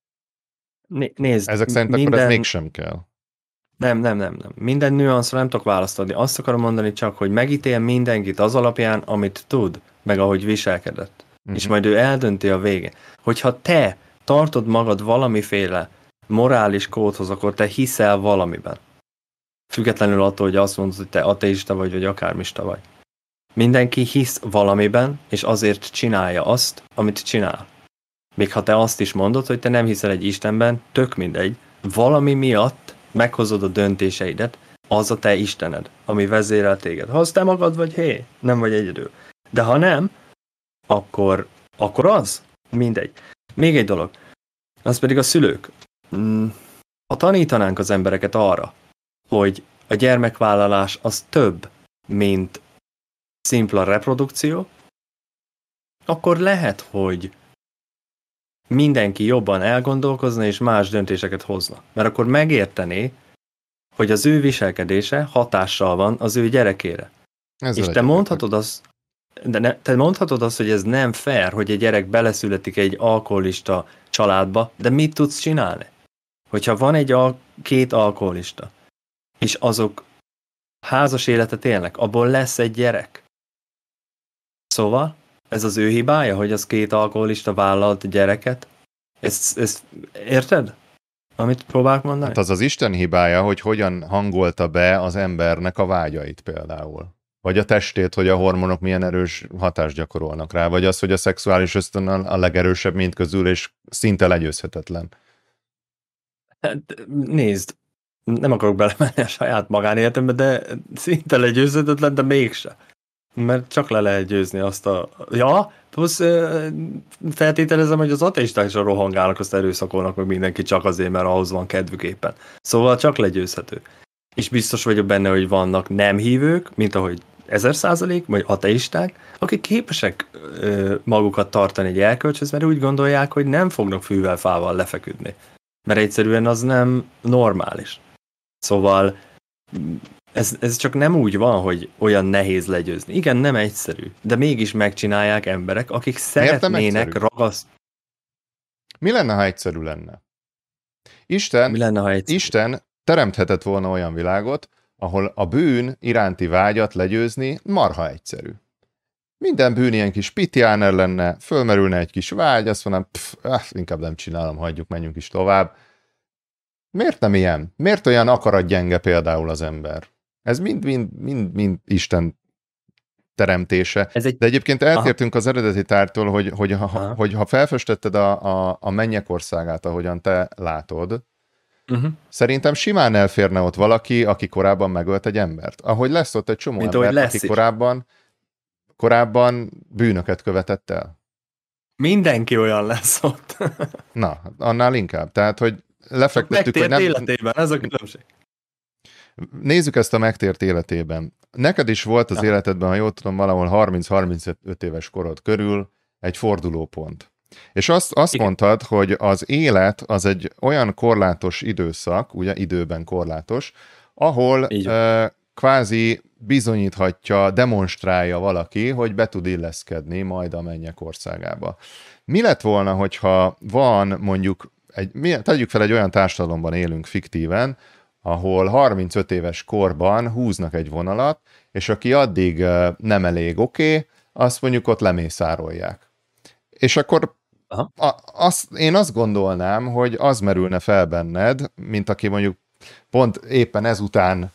Nézd, ezek szerint akkor ez mégsem kell. Nem. Minden nüanszra nem tudok választ adni. Azt akarom mondani csak, hogy megítél mindenkit az alapján, amit tud, meg ahogy viselkedett. És majd ő eldönti a végén. Hogyha te tartod magad valamiféle morális kódhoz, akkor te hiszel valamiben. Függetlenül attól, hogy azt mondod, hogy te ateista vagy akármista vagy. Mindenki hisz valamiben, és azért csinálja azt, amit csinál. Még ha te azt is mondod, hogy te nem hiszel egy Istenben, tök mindegy, valami miatt meghozod a döntéseidet, az a te Istened, ami vezérel téged. Ha az te magad vagy, nem vagy egyedül. De ha nem, akkor az? Mindegy. Még egy dolog, az pedig a szülők. Ha tanítanánk az embereket arra, hogy a gyermekvállalás az több, mint szimpla reprodukció, akkor lehet, hogy mindenki jobban elgondolkozna és más döntéseket hozna. Mert akkor megértené, hogy az ő viselkedése hatással van az ő gyerekére. És te mondhatod azt, hogy ez nem fair, hogy egy gyerek beleszületik egy alkoholista családba, de mit tudsz csinálni? Hogyha van két alkoholista, és azok házas életet élnek, abból lesz egy gyerek. Szóval, ez az ő hibája, hogy az két alkoholista vállalt gyereket? Ezt érted? Amit próbálok mondani? Hát az az Isten hibája, hogy hogyan hangolta be az embernek a vágyait például. Vagy a testét, hogy a hormonok milyen erős hatást gyakorolnak rá, vagy az, hogy a szexuális ösztön a legerősebb mind közül, és szinte legyőzhetetlen. Hát, nézd, nem akarok belemenni a saját magánéletembe, de szinte legyőzhetetlen, de mégse. Mert csak le lehet győzni azt a... Ja, plusz feltételezem, hogy az ateisták is rohangálnak, azt erőszakolnak meg mindenki csak azért, mert ahhoz van kedvük éppen. Szóval csak legyőzhető. És biztos vagyok benne, hogy vannak nem hívők, mint ahogy 1000%, vagy ateisták, akik képesek magukat tartani egy erkölcshöz, mert úgy gondolják, hogy nem fognak fűvel, fával lefeküdni. Mert egyszerűen az nem normális. Szóval ez csak nem úgy van, hogy olyan nehéz legyőzni. Igen, nem egyszerű, de mégis megcsinálják emberek, akik szeretnének ragasztani. Mi lenne, ha egyszerű lenne? Isten teremthetett volna olyan világot, ahol a bűn iránti vágyat legyőzni marha egyszerű. Minden bűn ilyen kis pitiáner lenne, fölmerülne egy kis vágy, azt mondanám, inkább nem csinálom, hagyjuk, menjünk is tovább. Miért nem ilyen? Miért olyan akaratgyenge például az ember? Ez mind Isten teremtése. De egyébként eltértünk az eredeti tártól, hogy ha felfestetted a mennyek országát, ahogyan te látod, szerintem simán elférne ott valaki, aki korábban megölt egy embert. Ahogy lesz ott egy csomó ember, aki korábban bűnöket követett el. Mindenki olyan lesz ott. Na, annál inkább. Tehát, hogy lefektettük, hogy nem... életében, ez a különbség. Nézzük ezt a megtért életében. Neked is volt az életedben, ha jól tudom, valahol 30-35 éves korod körül egy fordulópont. És azt mondtad, hogy az élet az egy olyan korlátos időszak, ugye időben korlátos, ahol kvázi bizonyíthatja, demonstrálja valaki, hogy be tud illeszkedni majd a mennyek országába. Mi lett volna, hogyha van mondjuk, tegyük fel, egy olyan társadalomban élünk fiktíven, ahol 35 éves korban húznak egy vonalat, és aki addig nem elég oké, azt mondjuk ott lemészárolják. És akkor én azt gondolnám, hogy az merülne fel benned, mint aki mondjuk pont éppen ezután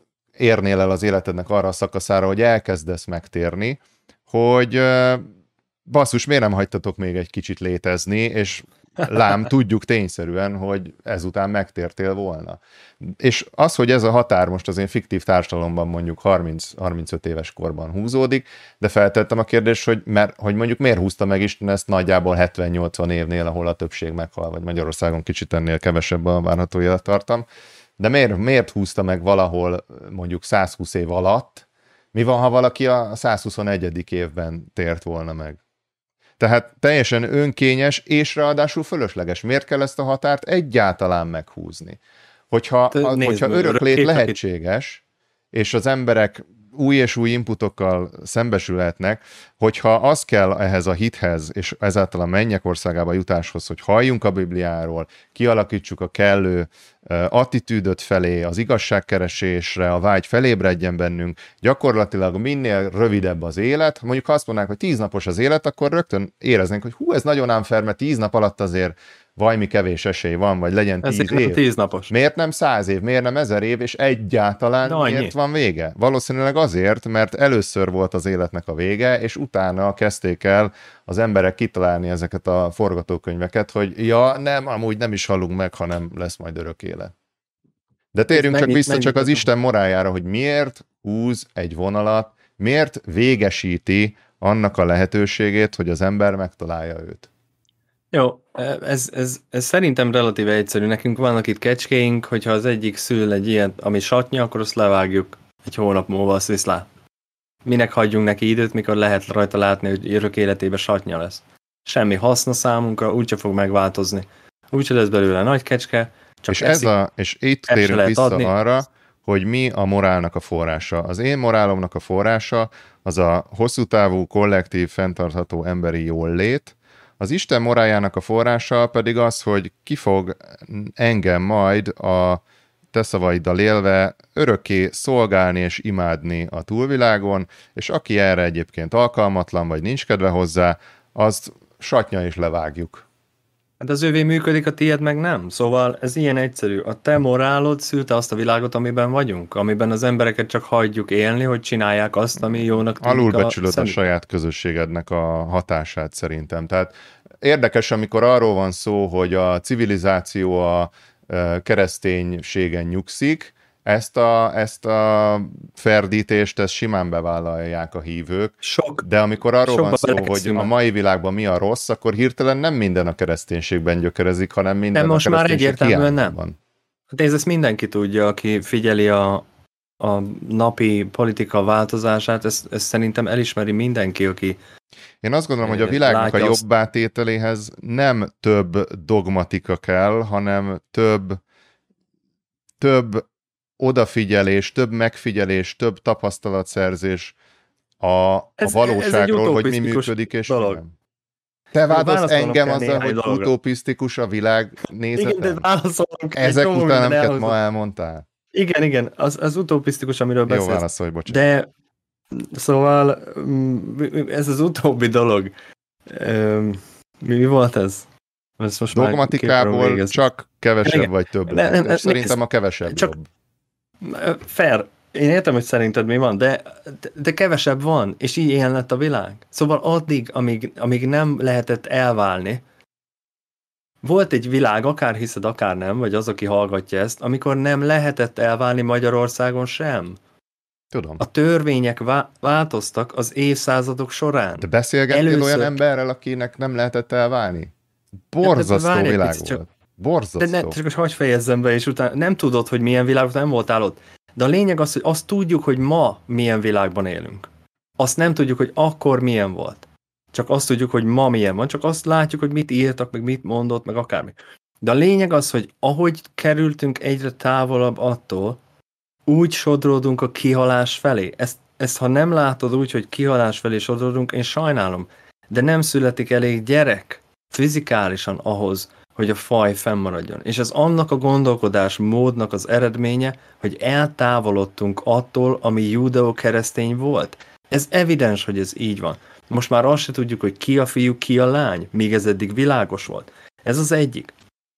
érnél el az életednek arra a szakaszára, hogy elkezdesz megtérni, hogy basszus, miért nem hagytatok még egy kicsit létezni, és lám, tudjuk tényszerűen, hogy ezután megtértél volna. És az, hogy ez a határ most az én fiktív társadalomban mondjuk 30-35 éves korban húzódik, de feltettem a kérdést, hogy mondjuk miért húzta meg Isten ezt nagyjából 70-80 évnél, ahol a többség meghal, vagy Magyarországon kicsit ennél kevesebb a várható élettartam, de miért húzta meg valahol mondjuk 120 év alatt, mi van, ha valaki a 121. évben tért volna meg? Tehát teljesen önkényes, és ráadásul fölösleges. Miért kell ezt a határt egyáltalán meghúzni? Hogyha öröklét lehetséges, és az emberek új és új inputokkal szembesülhetnek, hogyha az kell ehhez a hithez, és ezáltal a mennyek országába jutáshoz, hogy halljunk a Bibliáról, kialakítsuk a kellő attitűdöt felé, az igazságkeresésre, a vágy felébredjen bennünk, gyakorlatilag minél rövidebb az élet, mondjuk ha azt mondanák, hogy 10 napos az élet, akkor rögtön éreznénk, hogy ez nagyon unfair, mert 10 nap alatt azért valami kevés esély van, vagy legyen 10 év. 10 napos. Miért nem 100 év, miért nem 1000 év, és egyáltalán miért van vége? Valószínűleg azért, mert először volt az életnek a vége, és utána kezdték el az emberek kitalálni ezeket a forgatókönyveket, hogy nem, amúgy nem is halunk meg, hanem lesz majd örök élet. De térjünk csak vissza csak az Isten moráljára, hogy miért húz egy vonalat, miért végesíti annak a lehetőségét, hogy az ember megtalálja őt. Jó, ez szerintem relatíve egyszerű. Nekünk vannak itt kecskéink, hogyha az egyik szül egy ilyet, ami satnya, akkor azt levágjuk egy hónap múlva, azt viszlát. Minek hagyjunk neki időt, mikor lehet rajta látni, hogy örök életében satnya lesz. Semmi haszna számunkra, úgyse fog megváltozni. Úgyse lesz belőle nagy kecske, csak és itt térünk vissza arra, hogy mi a morálnak a forrása. Az én morálomnak a forrása az a hosszú távú, kollektív, fenntartható emberi jólét. Az Isten moráljának a forrása pedig az, hogy ki fog engem majd a te szavaiddal élve örökké szolgálni és imádni a túlvilágon, és aki erre egyébként alkalmatlan, vagy nincs kedve hozzá, azt satnya is levágjuk. Hát az övé működik, a tiéd meg nem. Szóval ez ilyen egyszerű. A te morálod szülte azt a világot, amiben vagyunk, amiben az embereket csak hagyjuk élni, hogy csinálják azt, ami jónak tűnik. Alulbecsülöd a saját közösségednek a hatását szerintem. Tehát érdekes, amikor arról van szó, hogy a civilizáció a kereszténységen nyugszik, Ezt a ferdítést, ezt simán bevállalják a hívők, de amikor arról van szó, hogy a mai világban mi a rossz, akkor hirtelen nem minden a kereszténységben gyökerezik, hanem minden de most a már egyértelműen nem. Van. Hát ezt mindenki tudja, aki figyeli a napi politika változását, ezt szerintem elismeri mindenki, aki én azt gondolom, hogy a világnak a jobbá tételéhez nem több dogmatika kell, hanem több odafigyelés, több megfigyelés, több tapasztalatszerzés a valóságról, hogy mi működik, és dolog. Nem. Te vádolsz engem azzal, hogy utopisztikus a világ nézete? Ezek után, amiket ma elmondtál? Igen, az utopisztikus, amiről beszélsz. Jó, válaszolj, bocsánat. De szóval ez az utóbbi dolog. Mi volt ez? Most dogmatikából csak kevesebb vagy több. Szerintem a kevesebb csak jobb. Fair. Én értem, hogy szerinted mi van, de kevesebb van, és így ilyen lett a világ. Szóval addig, amíg nem lehetett elválni, volt egy világ, akár hiszed, akár nem, vagy az, aki hallgatja ezt, amikor nem lehetett elválni Magyarországon sem. Tudom. A törvények változtak az évszázadok során. De beszélgettél olyan emberrel, akinek nem lehetett elválni? Borzasztó világ volt. Borzasztó. De csak hogy fejezzem be, és utána nem tudod, hogy milyen világban nem voltál ott. De a lényeg az, hogy azt tudjuk, hogy ma milyen világban élünk. Azt nem tudjuk, hogy akkor milyen volt. Csak azt tudjuk, hogy ma milyen van, csak azt látjuk, hogy mit írtak, meg mit mondott, meg akármi. De a lényeg az, hogy ahogy kerültünk egyre távolabb attól, úgy sodródunk a kihalás felé. Ezt ha nem látod úgy, hogy kihalás felé sodródunk, én sajnálom. De nem születik elég gyerek fizikálisan ahhoz, hogy a faj fennmaradjon. És ez annak a gondolkodás módnak az eredménye, hogy eltávolodtunk attól, ami judeo-keresztény volt. Ez evidens, hogy ez így van. Most már azt se tudjuk, hogy ki a fiú, ki a lány, míg ez eddig világos volt. Ez az egyik.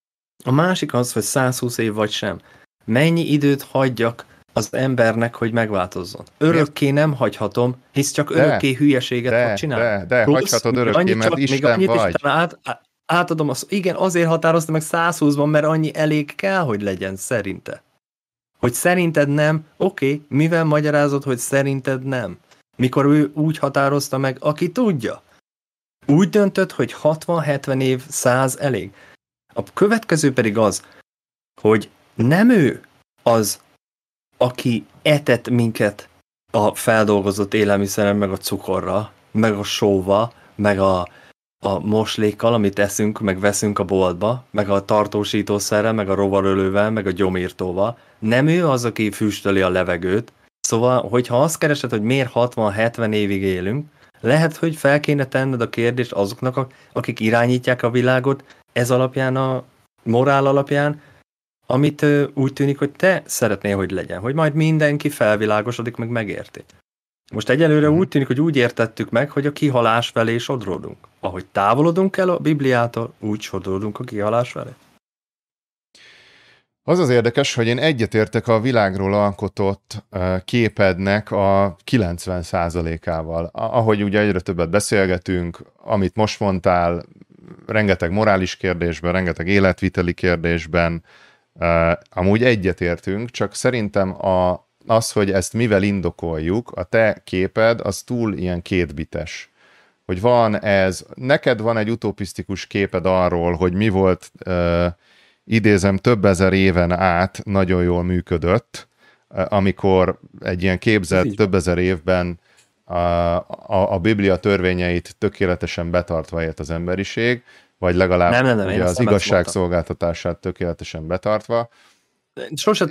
A másik az, hogy 120 év vagy sem. Mennyi időt hagyjak az embernek, hogy megváltozzon? Örökké nem hagyhatom, hisz csak örökké hülyeséget fog csinálni. De hagyhatod örökké, mert Isten vagy. Átadom azt, igen, azért határozta meg 120-ban, mert annyi elég kell, hogy legyen szerinte. Hogy szerinted nem, oké, mivel magyarázod, hogy szerinted nem? Mikor ő úgy határozta meg, aki tudja. Úgy döntött, hogy 60-70 év, 100 elég. A következő pedig az, hogy nem ő az, aki etett minket a feldolgozott élelmiszeren, meg a cukorra, meg a sóval, meg a moslékkal, amit eszünk, meg veszünk a boltba, meg a tartósítószerrel, meg a rovarölővel, meg a gyomírtóval. Nem ő az, aki füstöli a levegőt. Szóval, hogyha azt keresed, hogy miért 60-70 évig élünk, lehet, hogy fel kéne tenned a kérdést azoknak, akik irányítják a világot, ez alapján, a morál alapján, amit úgy tűnik, hogy te szeretnél, hogy legyen. Hogy majd mindenki felvilágosodik, meg megérti. Most egyelőre úgy tűnik, hogy úgy értettük meg, hogy a kihalás felé sodródunk. Ahogy távolodunk el a Bibliától, úgy sodródunk a kihalás felé. Az az érdekes, hogy én egyetértek a világról alkotott képednek a 90%-ával. Ahogy ugye egyre többet beszélgetünk, amit most mondtál, rengeteg morális kérdésben, rengeteg életviteli kérdésben, amúgy egyetértünk, csak szerintem az, hogy ezt mivel indokoljuk, a te képed, az túl ilyen kétbites. Hogy neked van egy utopisztikus képed arról, hogy mi volt, idézem, több ezer éven át nagyon jól működött, amikor egy ilyen képzett több ezer évben a Biblia törvényeit tökéletesen betartva élt az emberiség, vagy legalább nem, ugye az igazságszolgáltatását tökéletesen betartva. Sose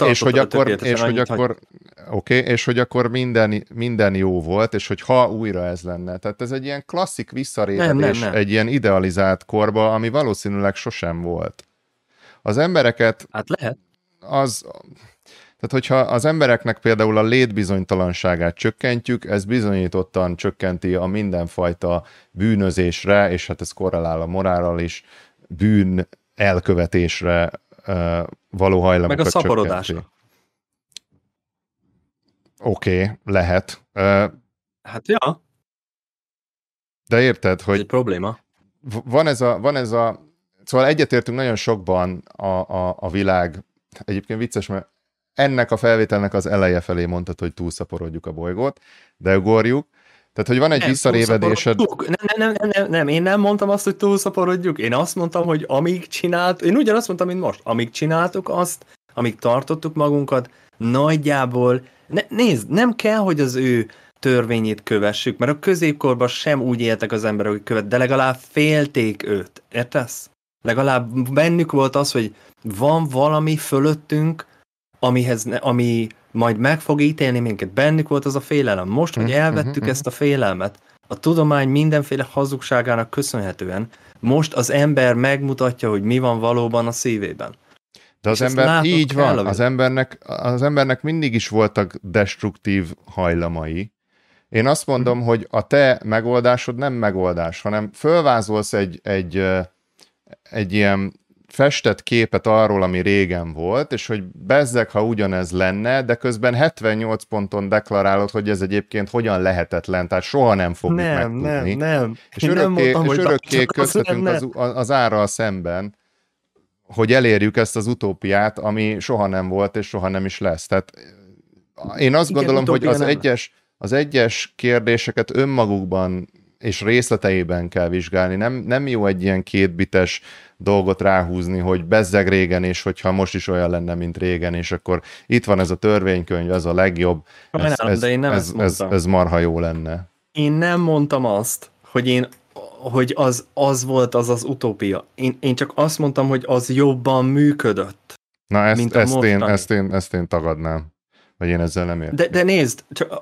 és hogy akkor minden jó volt, és hogy ha újra ez lenne. Tehát ez egy ilyen klasszik visszarévedés egy ilyen idealizált korba, ami valószínűleg sosem volt. Az embereket... Hát lehet. Tehát, hogyha az embereknek például a létbizonytalanságát csökkentjük, ez bizonyítottan csökkenti a mindenfajta bűnözésre, és hát ez korrelál a morálral is, bűn elkövetésre való hajlamokat meg a szaporodásra. Oké, lehet. Hát ja. De érted, hogy... Ez egy probléma. Van ez a... Szóval egyetértünk nagyon sokban a világ... Egyébként vicces, mert ennek a felvételnek az eleje felé mondtad, hogy túlszaporodjuk a bolygót, de ugorjuk. Tehát, hogy van egy visszarévedésed... Nem, én nem mondtam azt, hogy túlszaporodjuk. Én azt mondtam, hogy amíg csináltuk, én ugyanazt mondtam, mint most, amíg csináltuk azt, amíg tartottuk magunkat, nagyjából, nézd, nem kell, hogy az ő törvényét kövessük, mert a középkorban sem úgy éltek az emberek, hogy követ, de legalább félték őt. Értesz? Legalább bennük volt az, hogy van valami fölöttünk, ami majd meg fog ítélni minket. Bennük volt az a félelem. Most, hogy elvettük ezt a félelmet, a tudomány mindenféle hazugságának köszönhetően, most az ember megmutatja, hogy mi van valóban a szívében. De az ember így van, az embernek mindig is voltak destruktív hajlamai. Én azt mondom, hogy a te megoldásod nem megoldás, hanem fölvázolsz egy ilyen festett képet arról, ami régen volt, és hogy bezzeg, ha ugyanez lenne, de közben 78 ponton deklarálod, hogy ez egyébként hogyan lehetetlen, tehát soha nem fogjuk megtudni. Nem. És örökké köztetünk az árral szemben, hogy elérjük ezt az utópiát, ami soha nem volt, és soha nem is lesz. Tehát én azt gondolom, hogy az egyes kérdéseket önmagukban és részleteiben kell vizsgálni. Nem jó egy ilyen kétbites dolgot ráhúzni, hogy bezzeg régen, és hogyha most is olyan lenne, mint régen, és akkor itt van ez a törvénykönyv, ez a legjobb, ez marha jó lenne. Én nem mondtam azt, hogy az volt az utópia. Én csak azt mondtam, hogy az jobban működött. Na ezt én tagadnám, vagy én ezzel nem értem. De nézd, csak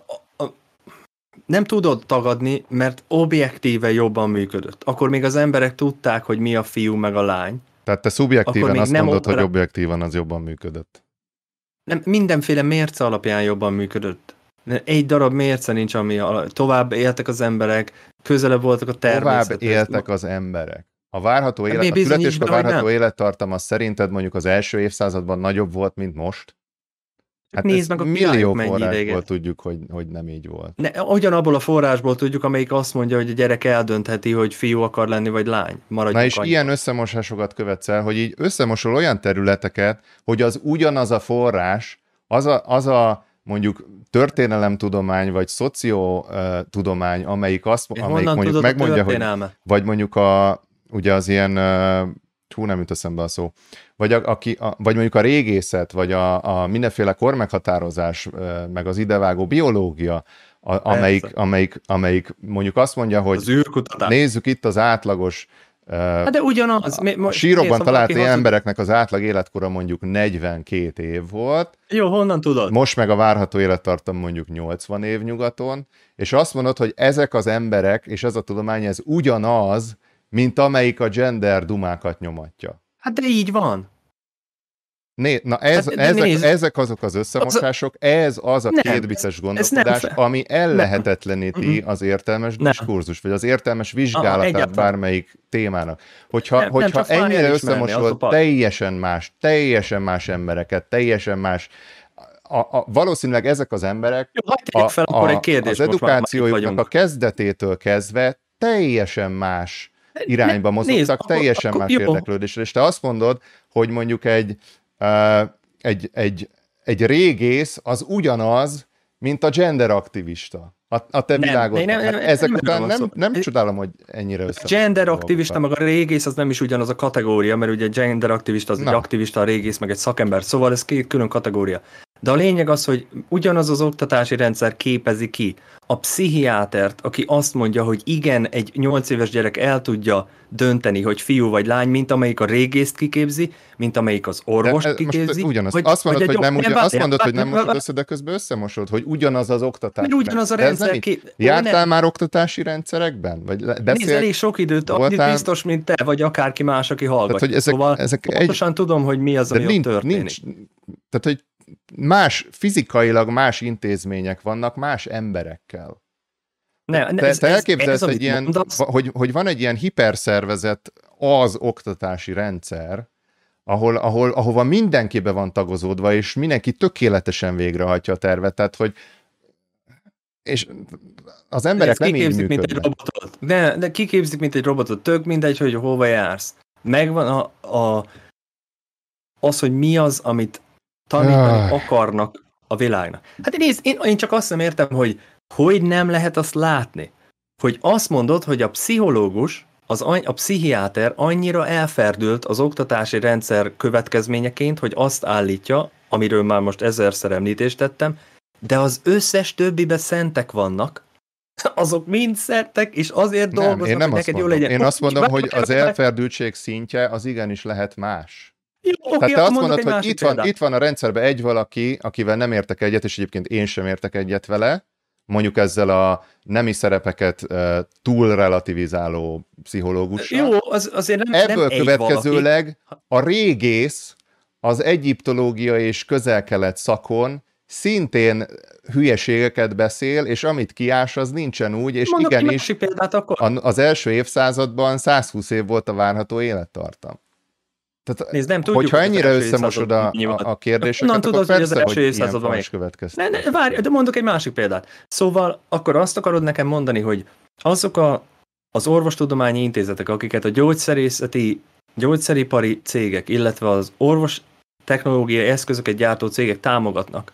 nem tudod tagadni, mert objektíve jobban működött. Akkor még az emberek tudták, hogy mi a fiú meg a lány. Tehát te szubjektíven azt mondod, hogy objektívan az jobban működött. Nem, mindenféle mérce alapján jobban működött. Egy darab mérce nincs, ami tovább éltek az emberek, közelebb voltak a természethez. Tovább éltek az emberek. A várható élettartama szerinted mondjuk az első évszázadban nagyobb volt, mint most? Hát nézd meg a millió forrásból tudjuk, hogy nem így volt. Ugyanabból a forrásból tudjuk, amelyik azt mondja, hogy a gyerek eldöntheti, hogy fiú akar lenni, vagy lány. Na és ilyen összemosásokat követsz el, hogy így összemosol olyan területeket, hogy az ugyanaz a forrás, az a mondjuk történelemtudomány, vagy szociotudomámy, amelyik mondjuk megmondja, hogy vagy mondjuk ugye az ilyen nem jut eszembe a szó. Vagy mondjuk a régészet, vagy a mindenféle kormeghatározás, meg az idevágó biológia, amelyik mondjuk azt mondja, hogy nézzük itt az átlagos de ugyanaz. A sírokban talált embereknek az átlag életkora mondjuk 42 év volt. Jó, honnan tudod? Most meg a várható élettartam mondjuk 80 év nyugaton, és azt mondod, hogy ezek az emberek, és ez a tudomány, ez ugyanaz, mint amelyik a gender dumákat nyomatja. Hát de így van. Ezek azok az összemosások, ez az a kétbites gondolkodás, ami ellehetetleníti az értelmes diskurzus, vagy az értelmes vizsgálatát bármelyik témának. Hogyha ennyire összemosol teljesen más embereket, teljesen más, valószínűleg ezek az emberek az edukációjuknak a kezdetétől kezdve teljesen más irányba mozogtak, teljesen más érdeklődésre. És te azt mondod, hogy mondjuk egy régész az ugyanaz, mint a genderaktivista. A te világodban. Ezek után nem csodálom, hogy ennyire össze. A genderaktivista meg a régész az nem is ugyanaz a kategória, mert ugye a genderaktivista az egy aktivista, a régész meg egy szakember, szóval ez két külön kategória. De a lényeg az, hogy ugyanaz az oktatási rendszer képezi ki a pszichiátert, aki azt mondja, hogy igen, egy 8 éves gyerek el tudja dönteni, hogy fiú vagy lány, mint amelyik a régészt kiképzi, mint amelyik az orvost kiképzi. Azt mondod, hogy nem mosod össze, de közben összemosod, hogy ugyanaz az oktatás. Ugyanaz a rendszer. Jártál már oktatási rendszerekben? Nézd, elég sok időt, annyit biztos, mint te, vagy akárki más, aki hallgat. Szóval pontosan tudom, hogy mi az, ami ott történik. Tehát, hogy fizikailag más intézmények vannak más emberekkel. Te elképzelsz egy ilyen, hogy van egy ilyen hiperszervezet az oktatási rendszer, ahova mindenki be van tagozódva, és mindenki tökéletesen végrehajtja a tervet, tehát hogy és az emberek nem így működnek. De kiképzik, mint egy robotot, tök mindegy, hogy hova jársz. Megvan az, hogy mi az, amit tanítani akarnak a világnak. Hát nézd, én csak azt nem értem, hogy nem lehet azt látni. Hogy azt mondod, hogy a pszichológus, a pszichiáter annyira elferdült az oktatási rendszer következményeként, hogy azt állítja, amiről már most 1000-szer említést tettem, de az összes többibe szentek vannak, azok mind szentek, és azért dolgoznak, hogy neked jól legyen. Én azt mondom, hogy az elferdültség szintje az igenis lehet más. Jó, tehát te azt mondod, hogy itt van a rendszerben egy valaki, akivel nem értek egyet, és egyébként én sem értek egyet vele, mondjuk ezzel a nemi szerepeket túl relativizáló pszichológussal. Jó, azért ebből következőleg a régész az egyiptológia és közel-kelet szakon szintén hülyeségeket beszél, és amit kiás, az nincsen úgy, és mondok igenis az első évszázadban 120 év volt a várható élettartam. Tehát, nézd, nem tudjuk, hogyha ennyire összemosod a kérdéseket, akkor persze, hogy ilyen fals következtetés. Várj, de mondok egy másik példát. Szóval akkor azt akarod nekem mondani, hogy azok az orvostudományi intézetek, akiket a gyógyszeripari cégek, illetve az orvos technológiai eszközöket gyártó cégek támogatnak,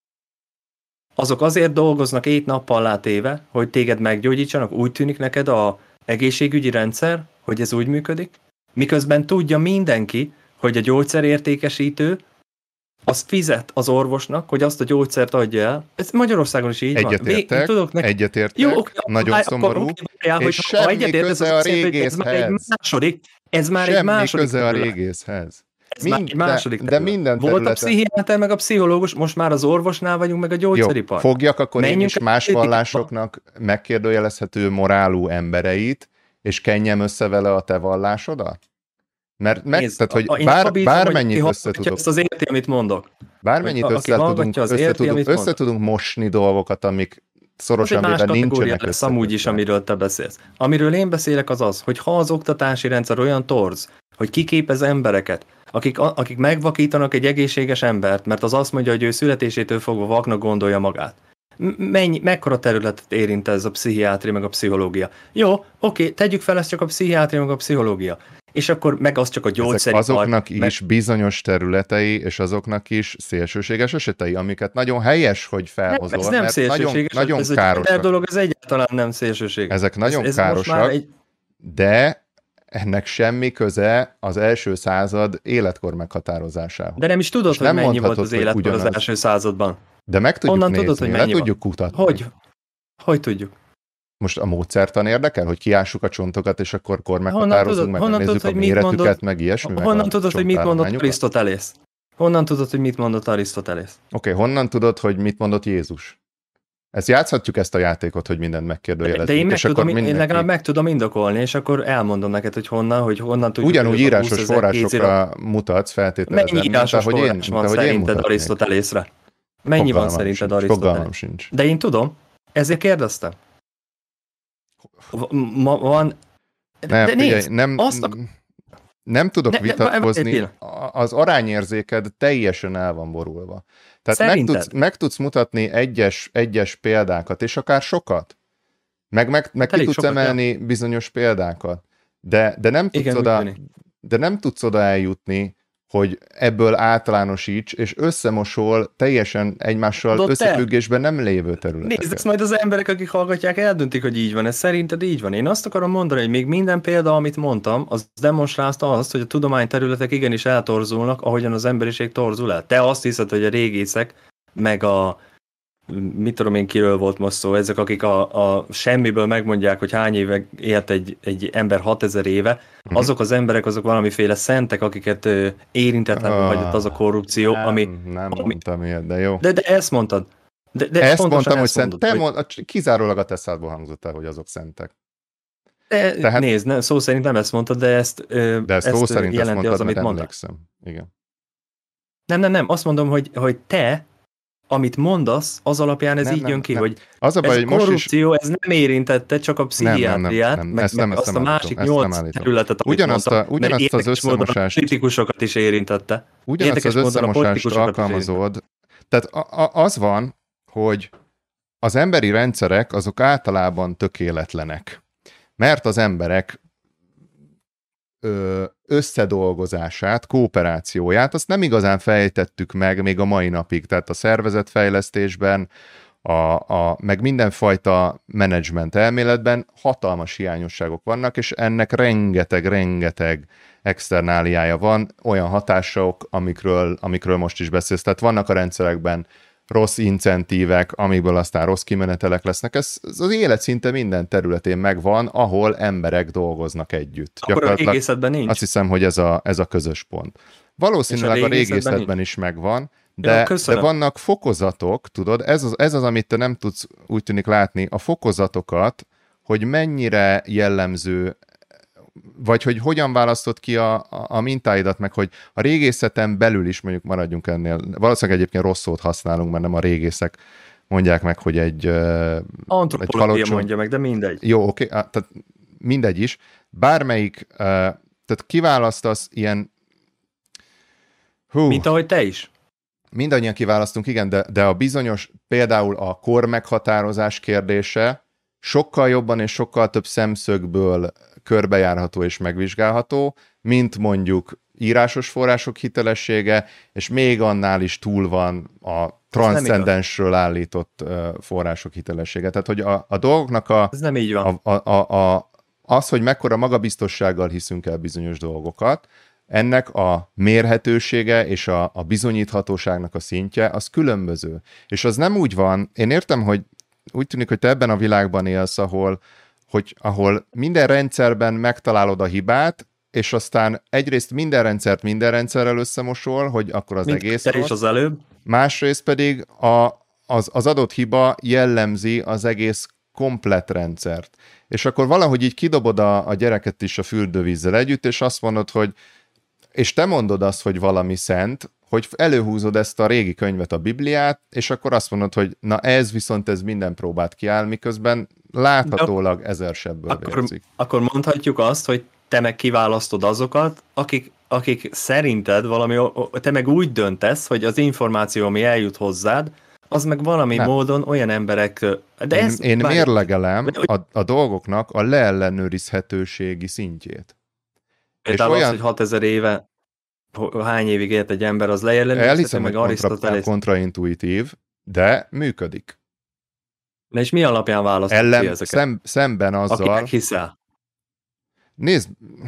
azok azért dolgoznak 7 nappal látéve, hogy téged meggyógyítsanak, úgy tűnik neked az egészségügyi rendszer, hogy ez úgy működik? Miközben tudja mindenki, hogy a gyógyszerértékesítő azt fizet az orvosnak, hogy azt a gyógyszert adja el. Ez Magyarországon is így van. Egyetértek, nagyon szomorú, és semmi köze a régészhez. Ez már egy második. Semmi köze a régészhez. De minden volt a pszichiáter, meg a pszichológus, most már az orvosnál vagyunk, meg a gyógyszeripar. Fogjak akkor én is más vallásoknak megkérdőjelezhető morálú embereit, és kenjem össze vele a te vallásodat? Mert tehát, hogy bármennyit összetudok. Ezt az érti, amit mondok. Bármennyit összetudunk mosni dolgokat, amik szorosan véve nincsenek össze. Amúgy is, amiről te beszélsz. Amiről én beszélek az, hogy ha az oktatási rendszer olyan torz, hogy kiképez embereket, akik megvakítanak egy egészséges embert, mert az azt mondja, hogy ő születésétől fogva vaknak gondolja magát. Mekkora területet érint ez a pszichiátria meg a pszichológia? Jó, oké, tegyük fel, ez csak a pszichiátria meg a pszichológia. És akkor meg az csak a gyógyszeripar. Azoknak is bizonyos területei, és azoknak is szélsőséges esetei, amiket nagyon helyes, hogy felhozol, ez nem mert szélsőséges, nagyon ez károsak. Ez dolog, ez egyáltalán nem szélsőséges. Ezek nagyon károsak, de ennek semmi köze az első század életkor meghatározásához. De nem is tudod, hogy mennyi volt az életkor az első században. De meg tudjuk nézni, le tudjuk kutatni. Hogy tudjuk? Most a módszertan érdekel, hogy kiássuk a csontokat, és akkor meghatározunk, meg nézzük a méretüket, meg ilyesmi. Honnan tudod, hogy mit mondott Arisztotelész? Honnan tudod, hogy mit mondott Arisztotelész? Oké, honnan tudod, hogy mit mondott Jézus? Ezt játszhatjuk ezt a játékot, hogy mindent megkérdőjelezzük. De én legalább meg tudom indokolni, és akkor elmondom neked, hogy honnan tudjuk. Ugyanúgy írásos forrásokra mutatsz, feltételezem. Mennyi írásos forrás van szerinted Arisztotelészre? Mennyi van szerinted Arisztotelész? Fogalmam sincs. De én tudom, ezért kérdeztem. Van... De nézd, nem tudok vitatkozni, az arányérzéked teljesen el van borulva. Tehát meg tudsz mutatni egyes példákat, és akár sokat. Meg ki tudsz emelni bizonyos példákat. De nem tudsz oda eljutni, hogy ebből általánosíts, és összemosol teljesen egymással összefüggésben nem lévő területeket. Nézd, ezt majd az emberek, akik hallgatják, eldöntik, hogy így van. Ez szerinted így van. Én azt akarom mondani, hogy még minden példa, amit mondtam, az demonstrálta azt, hogy a tudományterületek igenis eltorzulnak, ahogyan az emberiség torzul el. Te azt hiszed, hogy a régészek, meg mit tudom én, kiről volt most szó, ezek, akik a semmiből megmondják, hogy hány éve élt egy ember 6000 éve, azok az emberek, azok valamiféle szentek, akiket érintetlenül hagyott az a korrupció, Nem mondtam ilyet, de jó. De ezt mondtad. De ezt mondtam, hogy szent. Kizárólag a te szádból hangzott el, hogy azok szentek. Tehát, nézd, szó szerint nem ezt mondtad, de ezt szó szerint jelenti mondtad, az, amit mondtad. Emlékszem. Igen. Nem, azt mondom, hogy te amit mondasz, az alapján ez így jön ki, hogy az a baj, ez a korrupció, ez nem érintette csak a pszichiátriát, meg azt a másik 8 területet, amit ugyanazt az összemosást, politikusokat is érintette. Ugyanazt az összemosást alkalmazod. Tehát az van, hogy az emberi rendszerek azok általában tökéletlenek. Mert az emberek összedolgozását, kooperációját, azt nem igazán fejtettük meg még a mai napig. Tehát a szervezetfejlesztésben, meg mindenfajta menedzsment elméletben hatalmas hiányosságok vannak, és ennek rengeteg externáliája van, olyan hatások, amikről most is beszélsz. Tehát vannak a rendszerekben rossz incentívek, amikből aztán rossz kimenetelek lesznek. Ez az élet szinte minden területén megvan, ahol emberek dolgoznak együtt. Akkor a régészetben nincs. Azt hiszem, hogy ez a közös pont. Valószínűleg a régészetben is megvan, de vannak fokozatok, tudod, ez az, amit te nem tudsz úgy tűnik látni, a fokozatokat, hogy mennyire jellemző, vagy hogy hogyan választod ki a mintáidat, meg hogy a régészeten belül is, mondjuk maradjunk ennél, valószínűleg egyébként rossz szót használunk, mert nem a régészek mondják meg, hogy egy antropológia mondja meg, de mindegy. Jó, oké, tehát mindegy is. Bármelyik, tehát kiválasztasz ilyen... Mint ahogy te is. Mindannyian kiválasztunk, igen, de a bizonyos, például a kor meghatározás kérdése sokkal jobban és sokkal több szemszögből körbejárható és megvizsgálható, mint mondjuk írásos források hitelessége, és még annál is túl van a transzcendensről állított források hitelessége. Tehát, hogy a dolgoknak ez nem így van. Az, hogy mekkora magabiztossággal hiszünk el bizonyos dolgokat, ennek a mérhetősége és a bizonyíthatóságnak a szintje, az különböző. És az nem úgy van, én értem, hogy úgy tűnik, hogy te ebben a világban élsz, ahol minden rendszerben megtalálod a hibát, és aztán egyrészt minden rendszert minden rendszerrel összemosol, hogy akkor az egész rossz. Az előbb. Másrészt pedig az adott hiba jellemzi az egész komplett rendszert. És akkor valahogy így kidobod a gyereket is a fürdővízzel együtt, és azt mondod, hogy és te mondod azt, hogy valami szent, hogy előhúzod ezt a régi könyvet, a Bibliát, és akkor azt mondod, hogy na ez viszont ez minden próbát kiáll, miközben láthatólag ezer sebből vérzik. Akkor mondhatjuk azt, hogy te meg kiválasztod azokat, akik szerinted te meg úgy döntesz, hogy az információ, ami eljut hozzád, az meg valami módon olyan emberek... De én mérlegelem a dolgoknak a leellenőrizhetőségi szintjét. Például az, hogy 6000 éve, hány évig élt egy ember, az leellenőrizhető, meg Arisztotelész... kontraintuitív, de működik. Na és mi alapján választod ki ezeket? Szemben azzal... Akinek hiszel? Nézd,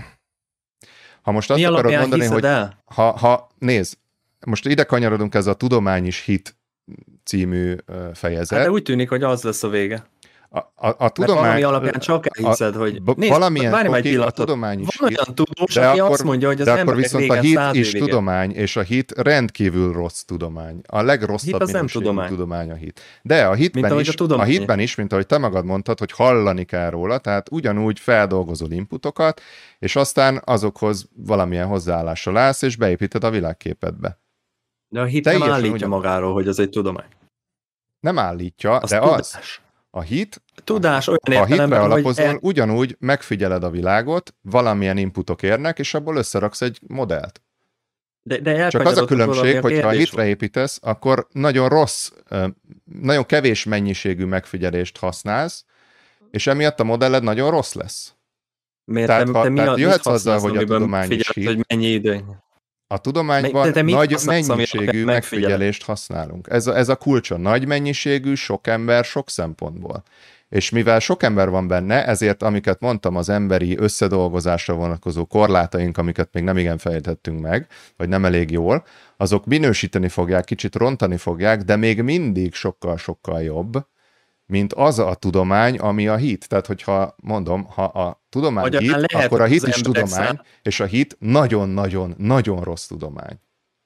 ha most azt akarod mondani, hogy... Nézd, most ide kanyarodunk, ez a Tudomány is hit című fejezet. Hát de úgy tűnik, hogy az lesz a vége. A tudomány... Valami alapján csak elhiszed, hogy... Valamilyen fokig a tudomány is van olyan tudós, aki azt mondja, hogy az emberek viszont a hit is tudomány, és a hit rendkívül rossz tudomány. A legrosszabb minőségű tudomány a hit. De a hitben is, mint ahogy te magad mondtad, hogy hallani kell róla, tehát ugyanúgy feldolgozol inputokat, és aztán azokhoz valamilyen hozzáállással állsz, és beépíted a világképedbe. De a hit nem állítja magáról, hogy ez egy tudomány. Nem állítja, de az... A hit, tudás olyan a hitre alapozol, ugyanúgy megfigyeled a világot, valamilyen inputok érnek, és abból összeraksz egy modellt. De csak az a különbség, hogy ha a hitre építesz, akkor nagyon rossz, nagyon kevés mennyiségű megfigyelést használsz, és emiatt a modelled nagyon rossz lesz. Miért? Tehát jöhetsz azzal, hogy a tudomány is hit. Hogy mennyi idő? A tudományban nagy mennyiségű megfigyelést használunk. Ez a kulcsa. Nagy mennyiségű, sok ember, sok szempontból. És mivel sok ember van benne, ezért amiket mondtam, az emberi összedolgozásra vonatkozó korlátaink, amiket még nem igen fejtettünk meg, vagy nem elég jól, azok minősíteni fogják, kicsit rontani fogják, de még mindig sokkal-sokkal jobb, mint az a tudomány, ami a hit. Tehát, hogyha mondom, ha a tudomány hit, akkor a hit is tudomány, és a hit nagyon-nagyon-nagyon rossz tudomány.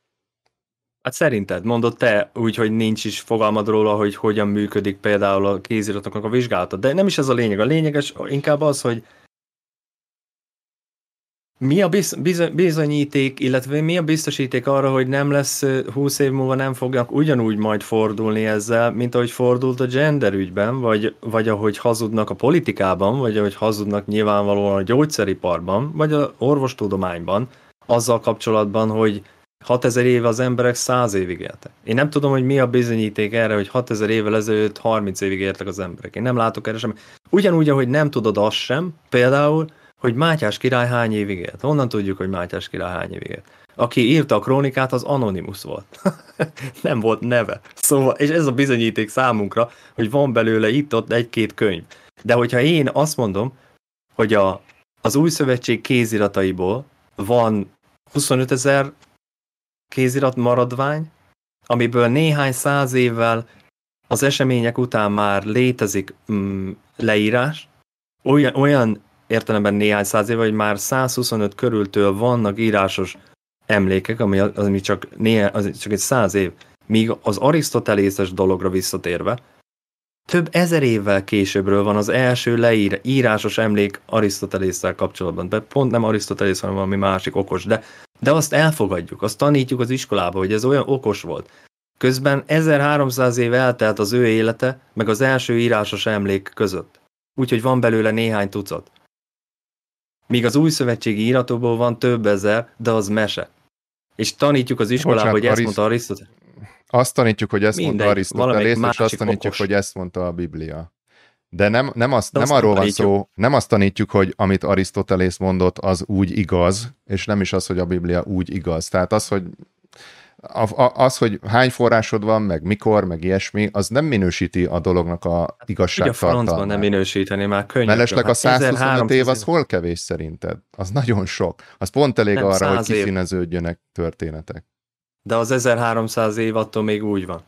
Hát szerinted, mondod te úgy, hogy nincs is fogalmad róla, hogy hogyan működik például a kéziratoknak a vizsgálata, de nem is ez a lényeg. A lényeges inkább az, hogy mi a bizonyíték, illetve mi a biztosíték arra, hogy nem lesz 20 év múlva nem fognak ugyanúgy majd fordulni ezzel, mint ahogy fordult a gender ügyben, vagy ahogy hazudnak a politikában, vagy ahogy hazudnak nyilvánvalóan a gyógyszeriparban, vagy a orvostudományban, azzal kapcsolatban, hogy 6000 éve az emberek 100 évig éltek. Én nem tudom, hogy mi a bizonyíték erre, hogy 6000 évvel ezelőtt 30 évig éltek az emberek. Én nem látok erre sem. Ugyanúgy, ahogy nem tudod azt sem, például, hogy Mátyás király hány évig élt. Honnan tudjuk, hogy Mátyás király hány évig élt? Aki írta a krónikát, az Anonymous volt. Nem volt neve. Szóval, és ez a bizonyíték számunkra, hogy van belőle itt-ott egy-két könyv. De hogyha én azt mondom, hogy az Új Szövetség kézirataiból van 25 000 kézirat maradvány, amiből néhány száz évvel az események után már létezik leírás, olyan értelemben néhány száz éve, hogy már 125 körültől vannak írásos emlékek, ami csak egy 100 év, míg az arisztotelészes dologra visszatérve, több ezer évvel későbbről van az első írásos emlék Arisztotelésszel kapcsolatban. De pont nem Arisztotelész, hanem valami másik okos, de azt elfogadjuk, azt tanítjuk az iskolába, hogy ez olyan okos volt. Közben 1300 év eltelt az ő élete, meg az első írásos emlék között. Úgyhogy van belőle néhány tucat. Míg az új szövetségi íratokból van több ezer, de az mese. És tanítjuk az iskolába, hogy ezt mondta Arisztotelész. Azt tanítjuk, hogy ezt mondta Arisztotelész, és azt tanítjuk, hogy ezt mondta a Biblia. De nem arról van szó, nem azt tanítjuk, hogy amit Arisztotelész mondott, az úgy igaz, és nem is az, hogy a Biblia úgy igaz. Tehát az, hogy hány forrásod van, meg mikor, meg ilyesmi, az nem minősíti a dolognak a igazságtartalmát. Ugye a francban nem minősíteni, már könnyű. Mellesleg a 125 év az hol kevés szerinted? Az nagyon sok. Az pont elég nem, arra, hogy kiszíneződjönek történetek. De az 1300 év attól még úgy van.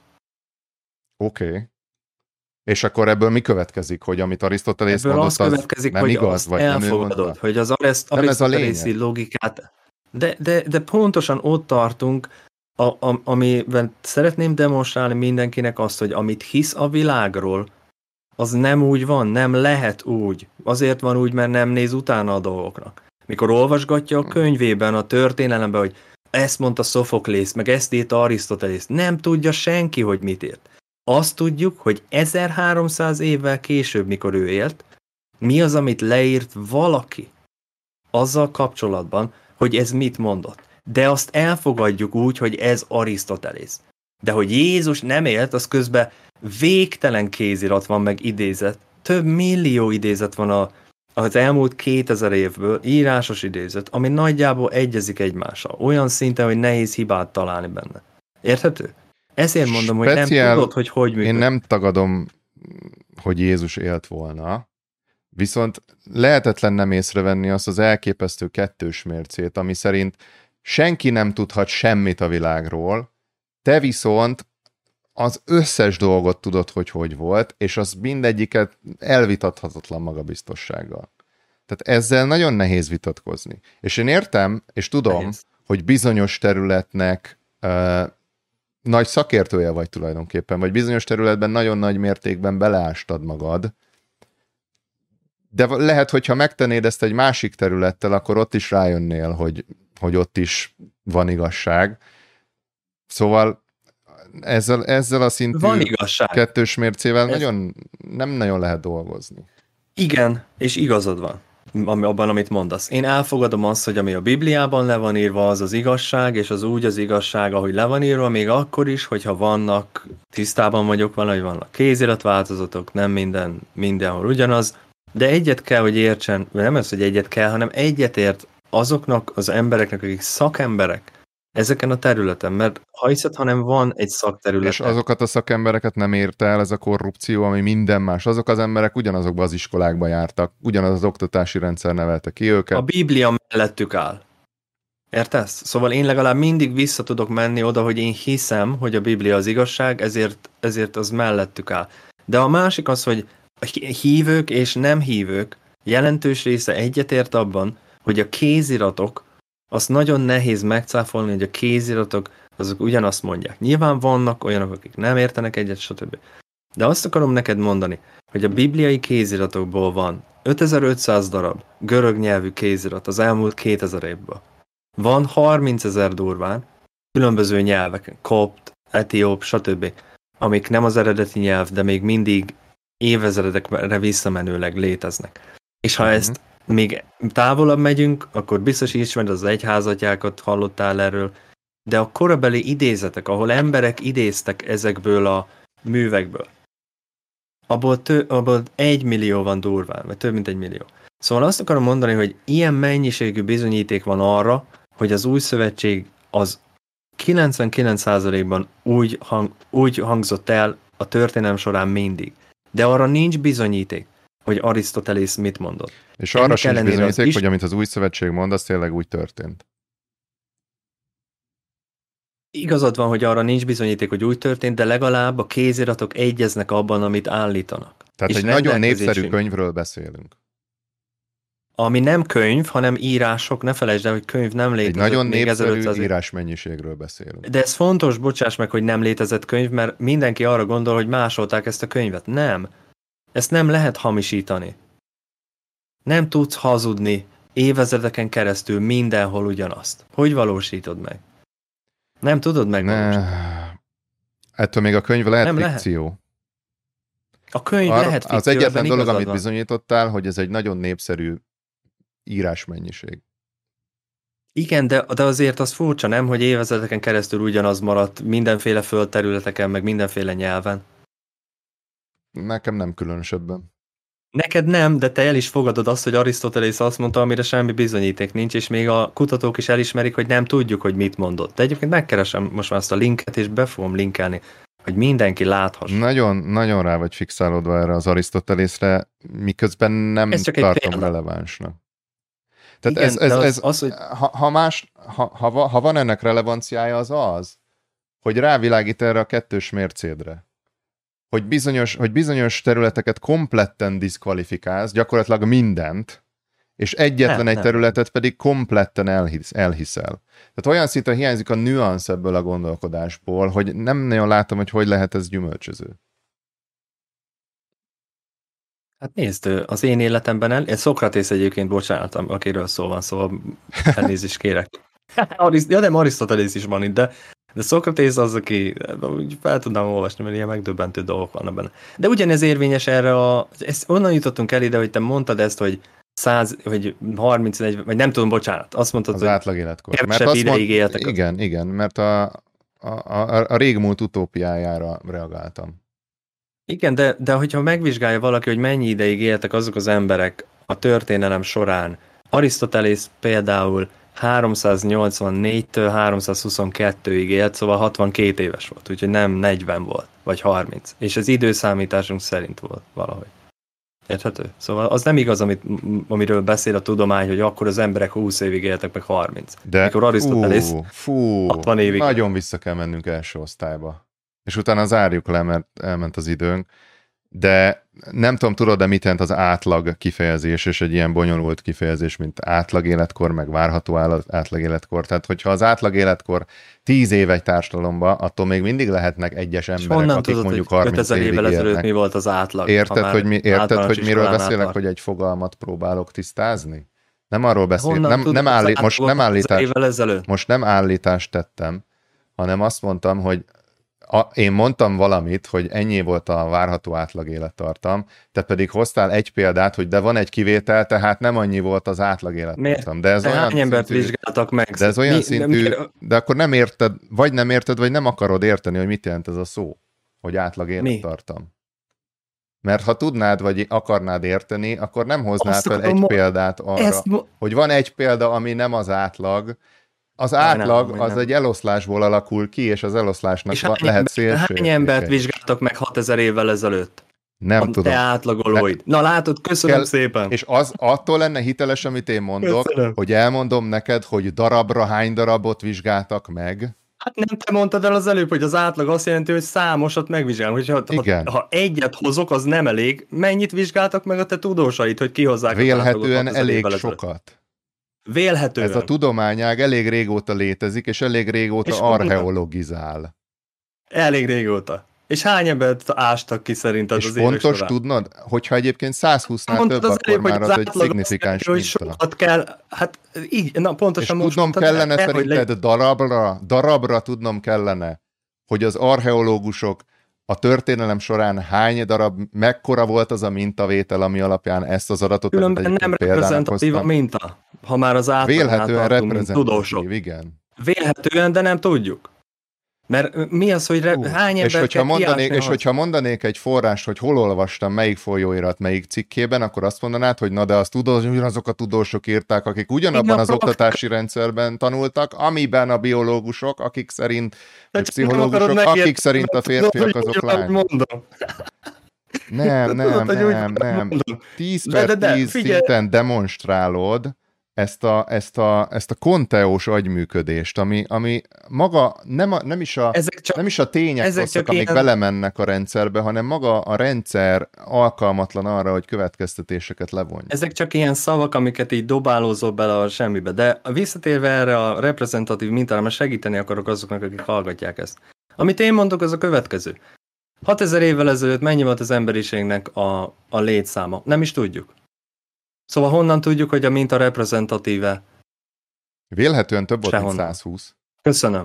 Oké. És akkor ebből mi következik, hogy amit Arisztotelész mondott, az következik, nem hogy igaz, vagy elfogadod, hogy az arisztotelészi logikát... De pontosan ott tartunk, amivel szeretném demonstrálni mindenkinek azt, hogy amit hisz a világról, az nem úgy van, nem lehet úgy. Azért van úgy, mert nem néz utána a dolgoknak. Mikor olvasgatja a könyvében, a történelemben, hogy ezt mondta Szofoklész, meg ezt írta Arisztotelész, nem tudja senki, hogy mit ért. Azt tudjuk, hogy 1300 évvel később, mikor ő élt, mi az, amit leírt valaki azzal kapcsolatban, hogy ez mit mondott. De azt elfogadjuk úgy, hogy ez Arisztotelész. De hogy Jézus nem élt, az közben végtelen kézirat van, meg idézet. Több millió idézet van az elmúlt 2000 évből, írásos idézet, ami nagyjából egyezik egymással. Olyan szinten, hogy nehéz hibát találni benne. Érthető? Ezért mondom, hogy nem tudod, hogy működik. Én nem tagadom, hogy Jézus élt volna, viszont lehetetlen nem észrevenni azt az elképesztő kettős mércét, ami szerint senki nem tudhat semmit a világról, te viszont az összes dolgot tudod, hogy volt, és az mindegyiket elvitathatatlan magabiztossággal. Tehát ezzel nagyon nehéz vitatkozni. És én értem, és tudom, hogy bizonyos területnek nagy szakértője vagy tulajdonképpen, vagy bizonyos területben nagyon nagy mértékben beleástad magad, de lehet, hogyha megtennéd ezt egy másik területtel, akkor ott is rájönnél, hogy ott is van igazság. Szóval ezzel a szintű kettős mércével nem nagyon lehet dolgozni. Igen, és igazad van abban, amit mondasz. Én elfogadom azt, hogy ami a Bibliában le van írva, az az igazság, és az úgy az igazság, ahogy le van írva, még akkor is, hogyha vannak, tisztában vagyok vele, hogy vannak kéziratváltozatok, nem mindenhol ugyanaz, de egyet kell, hogy értsen, nem az, hogy egyet kell, hanem egyet ért azoknak az embereknek, akik szakemberek ezeken a területen, mert ha hiszed, hanem van egy szakterület. És azokat a szakembereket nem érte el ez a korrupció, ami minden más. Azok az emberek ugyanazokba az iskolákba jártak, ugyanaz az oktatási rendszer nevelte ki őket. A Biblia mellettük áll. Értesz? Szóval én legalább mindig vissza tudok menni oda, hogy én hiszem, hogy a Biblia az igazság, ezért az mellettük áll. De a másik az, hogy a hívők és nem hívők jelentős része egyetért abban, hogy a kéziratok, azt nagyon nehéz megcáfolni, hogy a kéziratok azok ugyanazt mondják. Nyilván vannak olyanok, akik nem értenek egyet, stb. De azt akarom neked mondani, hogy a bibliai kéziratokból van 5500 darab görög nyelvű kézirat az elmúlt 2000 évből. Van 30 000 durván különböző nyelvek, kopt, etióp, stb., amik nem az eredeti nyelv, de még mindig évezredekre visszamenőleg léteznek. És ha ezt még távolabb megyünk, akkor biztos ismered az egyházatjákat, hallottál erről, de a korabeli idézetek, ahol emberek idéztek ezekből a művekből, abból 1 millió van durván, vagy több mint 1 millió. Szóval azt akarom mondani, hogy ilyen mennyiségű bizonyíték van arra, hogy az új szövetség az 99%-ban úgy hangzott el a történelem során mindig. De arra nincs bizonyíték, hogy Arisztotelész mit mondott. És arra sincs bizonyíték, hogy amit az új szövetség mond, az tényleg úgy történt. Igazad van, hogy arra nincs bizonyíték, hogy úgy történt, de legalább a kéziratok egyeznek abban, amit állítanak. Tehát egy nagyon népszerű könyvről beszélünk. Ami nem könyv, hanem írások, ne felejtsd el, hogy könyv nem létezett. Egy nagyon népszerű írásmennyiségről beszélünk. De ez fontos, bocsáss meg, hogy nem létezett könyv, mert mindenki arra gondol, hogy másolták ezt a könyvet. Nem. Ezt nem lehet hamisítani. Nem tudsz hazudni évezredeken keresztül mindenhol ugyanazt. Hogy valósítod meg? Nem tudod megvalósítani. Ettől még a könyv lehet fikció. Lehet. A könyv lehet fikció. Az egyetlen dolog, amit bizonyítottál, hogy ez egy nagyon népszerű írásmennyiség. Igen, de azért az furcsa, nem, hogy évezredeken keresztül ugyanaz maradt mindenféle földterületeken, meg mindenféle nyelven. Nekem nem különösebben. Neked nem, de te el is fogadod azt, hogy Arisztotelész azt mondta, amire semmi bizonyíték nincs, és még a kutatók is elismerik, hogy nem tudjuk, hogy mit mondott. De egyébként megkeresem most már azt a linket, és be fogom linkelni, hogy mindenki láthassa. Nagyon, nagyon rá vagy fixálódva erre az Arisztotelészre, miközben nem tartom relevánsnak. Tehát igen, hogy... ha van ennek relevanciája, az, hogy rávilágít erre a kettős mércédre. Hogy bizonyos területeket kompletten diszkvalifikálsz, gyakorlatilag mindent, és egyetlen egy területet pedig kompletten elhiszel. Tehát olyan szinten hiányzik a nüansz ebből a gondolkodásból, hogy nem nagyon látom, hogy lehet ez gyümölcsöző. Hát nézd, az én életemben Szokratész egyébként, bocsánat, akiről szó van, szóval elnézést kérek. Ja, nem, Arisztotelész is van itt, de Szokratész az, aki fel tudnám olvasni, mert ilyen megdöbbentő dolgok vannak benne. De ugyanez érvényes erre onnan jutottunk el ide, hogy te mondtad ezt, hogy 31, vagy nem tudom, bocsánat, azt mondtad, az hogy átlag életkor. Kevesebb ideig éltek. Igen, mert a régmúlt utópiájára reagáltam. Igen, de hogyha megvizsgálja valaki, hogy mennyi ideig éltek azok az emberek a történelem során, Arisztotelész például 384-től 322-ig élt, szóval 62 éves volt, úgyhogy nem 40 volt, vagy 30. És az időszámításunk szerint volt valahogy. Érthető? Szóval az nem igaz, amiről beszél a tudomány, hogy akkor az emberek 20 évig éltek, meg 30. De mikor Arisztotelész 60 évig. Nagyon vissza kell mennünk első osztályba. És utána zárjuk le, mert elment az időnk. De nem tudom, tudod-e mit jelent az átlag kifejezés, és egy ilyen bonyolult kifejezés, mint átlag életkor, meg várható átlag életkor. Tehát, hogyha az átlag életkor 10 év egy társadalomban, attól még mindig lehetnek egyes emberek, akik tudod, mondjuk 30 évig évvel ezelőtt élnek. Mi volt az átlag? Érted, hogy miről beszélek, hogy egy fogalmat próbálok tisztázni? Nem arról beszélek, most nem állítást tettem, hanem azt mondtam, hogy én mondtam valamit, hogy ennyi volt a várható átlag élettartam, te pedig hoztál egy példát, hogy de van egy kivétel, tehát nem annyi volt az átlag élettartam. De ez olyan hány embert vizsgáltak meg? De ez olyan szintű, de akkor nem érted, vagy nem akarod érteni, hogy mit jelent ez a szó, hogy átlag élettartam. Mert ha tudnád, vagy akarnád érteni, akkor nem hoznád fel egy példát arra, hogy van egy példa, ami nem az átlag. Az átlag az egy eloszlásból alakul ki, és az eloszlásnak lehet szélső. Hány embert vizsgáltak meg 6000 évvel ezelőtt? Nem tudom. Te átlagolóid. Na látod, köszönöm szépen. És az attól lenne hiteles, amit én mondok, hogy elmondom neked, hogy darabra hány darabot vizsgáltak meg. Hát nem te mondtad el az előbb, hogy az átlag azt jelenti, hogy számosat megvizsgálunk. Ha egyet hozok, az nem elég. Mennyit vizsgáltak meg a te tudósaid, hogy kihozzák vélhetően elég sokat. Vélhetően. Ez a tudományág elég régóta létezik, és elég régóta archeologizál. Elég régóta. És hány embert ástak ki szerinted az évek során? És fontos tudnod, hogyha egyébként 120-nál több, akkor már az egy szignifikáns minta. Sokat kell, hát így, na pontosan és most tudnom kellene szerinted darabra tudnom kellene, hogy az archeológusok a történelem során hány darab, mekkora volt az a mintavétel, ami alapján ezt az adatot... Különben nem reprezentatív a minta, ha már az átlagnál vélhetően reprezentatív, igen. Vélhetően, de nem tudjuk. Mert mi az, hogy hány ember kell kiásni? És hogyha mondanék egy forrást, hogy hol olvastam, melyik folyóirat, melyik cikkében, akkor azt mondanád, hogy na de azt tudod, hogy ugyanazok a tudósok írták, akik ugyanabban az oktatási rendszerben tanultak, amiben a biológusok, akik szerint, a pszichológusok, akik szerint a férfiak azok lányok. Nem. 10/10 szinten demonstrálod ezt a konteós agyműködést, ami maga nem is a tények rosszak, amik belemennek a rendszerbe, hanem maga a rendszer alkalmatlan arra, hogy következtetéseket levonj. Ezek csak ilyen szavak, amiket így dobálózol bele a semmibe, de visszatérve erre a reprezentatív mintára, mert segíteni akarok azoknak, akik hallgatják ezt. Amit én mondok, az a következő. 6000 évvel ezelőtt mennyi volt az emberiségnek a létszáma? Nem is tudjuk. Szóval honnan tudjuk, hogy a minta reprezentatíve? Vélhetően több volt, mint 120. Köszönöm.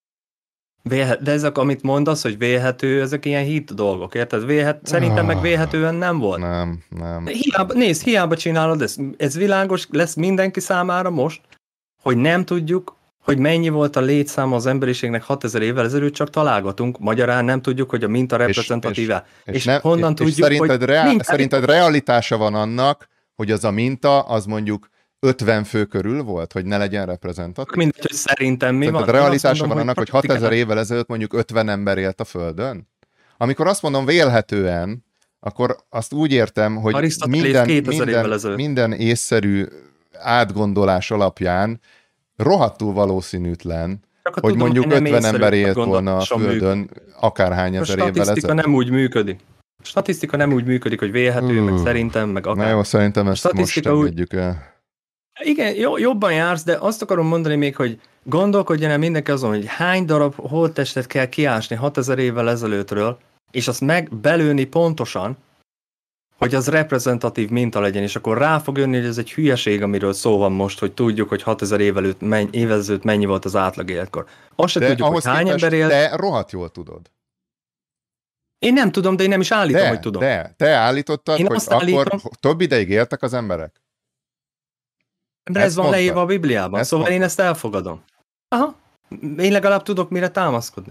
De ezek, amit mondasz, hogy vélhető, ezek ilyen hit dolgok, érted? Szerintem meg vélhetően nem volt. Nem. Hiába csinálod ezt. Ez világos lesz mindenki számára most, hogy nem tudjuk, hogy mennyi volt a létszáma az emberiségnek 6000 évvel ezelőtt, csak találgatunk. Magyarán nem tudjuk, hogy a minta reprezentatíve. És honnan tudjuk, hogy... Szerinted realitása van annak, hogy az a minta, az mondjuk 50 fő körül volt, hogy ne legyen reprezentatív? Mindegy, hogy szerintem mi van. Tehát realitása van annak, hogy 6000 évvel ezelőtt mondjuk 50 ember élt a Földön? Amikor azt mondom vélhetően, akkor azt úgy értem, hogy minden észszerű átgondolás alapján rohadtul valószínűtlen, hogy mondjuk 50 ember élt volna a Földön akárhány ezer évvel ezelőtt. A statisztika nem úgy működik, hogy vélhető, meg szerintem, meg akár. Na jó, szerintem ezt most engedjük el. Igen, jobban jársz, de azt akarom mondani még, hogy gondolkodjon el mindenki azon, hogy hány darab holttestet kell kiásni 6000 évvel ezelőttről, és azt megbelőni pontosan, hogy az reprezentatív minta legyen, és akkor rá fog jönni, hogy ez egy hülyeség, amiről szó van most, hogy tudjuk, hogy 6000 évvel ezelőtt mennyi volt az átlag életkor. Azt se tudjuk, hogy hány ember élt. De rohadt jól tudod. Én nem tudom, de én nem is állítom, hogy tudom. Te állítottad, hogy akkor több ideig éltek az emberek? De ez van leírva a Bibliában, szóval én ezt elfogadom. Aha, én legalább tudok mire támaszkodni.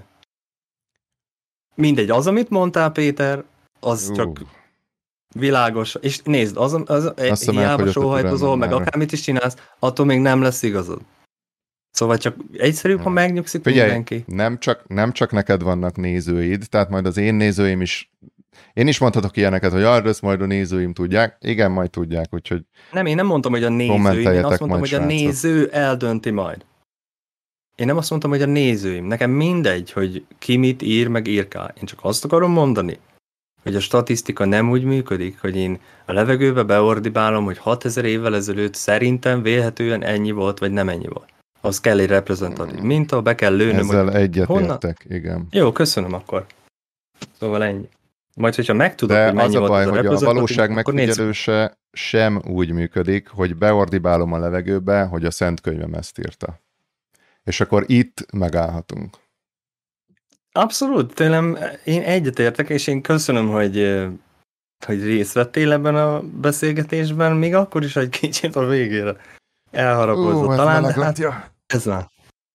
Mindegy, az, amit mondtál, Péter, az csak világos. És nézd, az hiába sóhajtozol, meg akármit is csinálsz, attól még nem lesz igazad. Szóval csak egyszerűbb, ha megnyugszik mindenki. Nem csak neked vannak nézőid, tehát majd az én nézőim is, én is mondhatok ilyeneket, hogy ezt majd a nézőim tudják. Igen, majd tudják, úgyhogy nem, én nem mondtam, hogy a nézőim, én azt mondtam, hogy a néző eldönti majd. Én nem azt mondtam, hogy a nézőim. Nekem mindegy, hogy ki mit ír, meg írkál. Én csak azt akarom mondani, hogy a statisztika nem úgy működik, hogy én a levegőbe beordibálom, hogy 6000 évvel ezelőtt szerintem vélhetően ennyi volt, vagy nem ennyi volt. Az kell egy reprezentatív minta, be kell lőnöm. Ezzel egyetértek, igen. Jó, köszönöm akkor. Szóval ennyi. Majd, hogyha megtudod, hogy mennyi volt az a reprezentatív, hogy a valóság megfigyelőse sem úgy működik, hogy beordibálom a levegőbe, hogy a Szent Könyvem ezt írta. És akkor itt megállhatunk. Abszolút, tőlem én egyetértek, és én köszönöm, hogy részt vettél ebben a beszélgetésben, még akkor is egy kicsit a végére elharapozott talán, de hát ez van.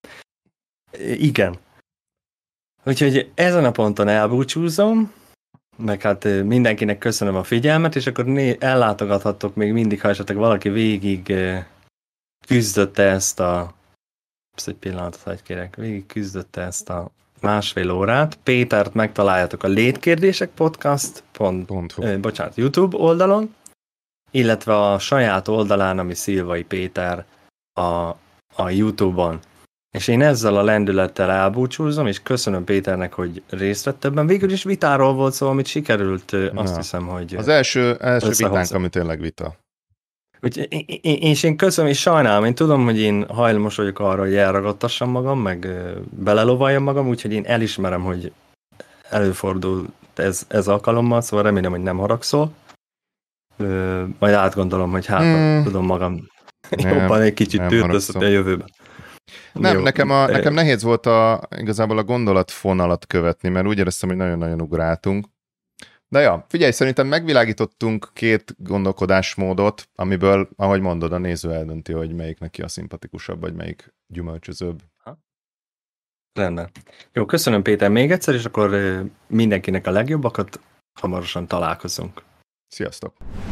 Igen. Úgyhogy ezen a ponton elbúcsúzom, meg hát mindenkinek köszönöm a figyelmet, és akkor ellátogathattok még mindig, ha esetleg valaki végig küzdötte ezt a egy pillanatot, hogy kérek, végig küzdötte ezt a másfél órát. Pétert megtaláljátok a Létkérdések Podcast YouTube oldalon, illetve a saját oldalán, ami Szilvai Péter a YouTube-on. És én ezzel a lendülettel elbúcsúzom, és köszönöm Péternek, hogy részt vett ebben. Végül is vitáról volt szó, amit sikerült, azt hiszem, hogy... Az első vitánk, ami tényleg vita. És én köszönöm, és sajnálom, én tudom, hogy én hajlamos vagyok arra, hogy elragadtassam magam, meg belelovaljam magam, úgyhogy én elismerem, hogy előfordul ez alkalommal, szóval remélem, hogy nem haragszol. Majd átgondolom, hogy tudom magam jobban egy kicsit tűrtöztetni a jövőben. Nem, jó, nekem nehéz volt igazából a gondolatfonalat követni, mert úgy éreztem, hogy nagyon-nagyon ugráltunk. De ja, figyelj, szerintem megvilágítottunk két gondolkodásmódot, amiből, ahogy mondod, a néző eldönti, hogy melyik neki a szimpatikusabb, vagy melyik gyümölcsözőbb. Rendben. Jó, köszönöm Péter még egyszer, és akkor mindenkinek a legjobbakat, hamarosan találkozunk. Sziasztok!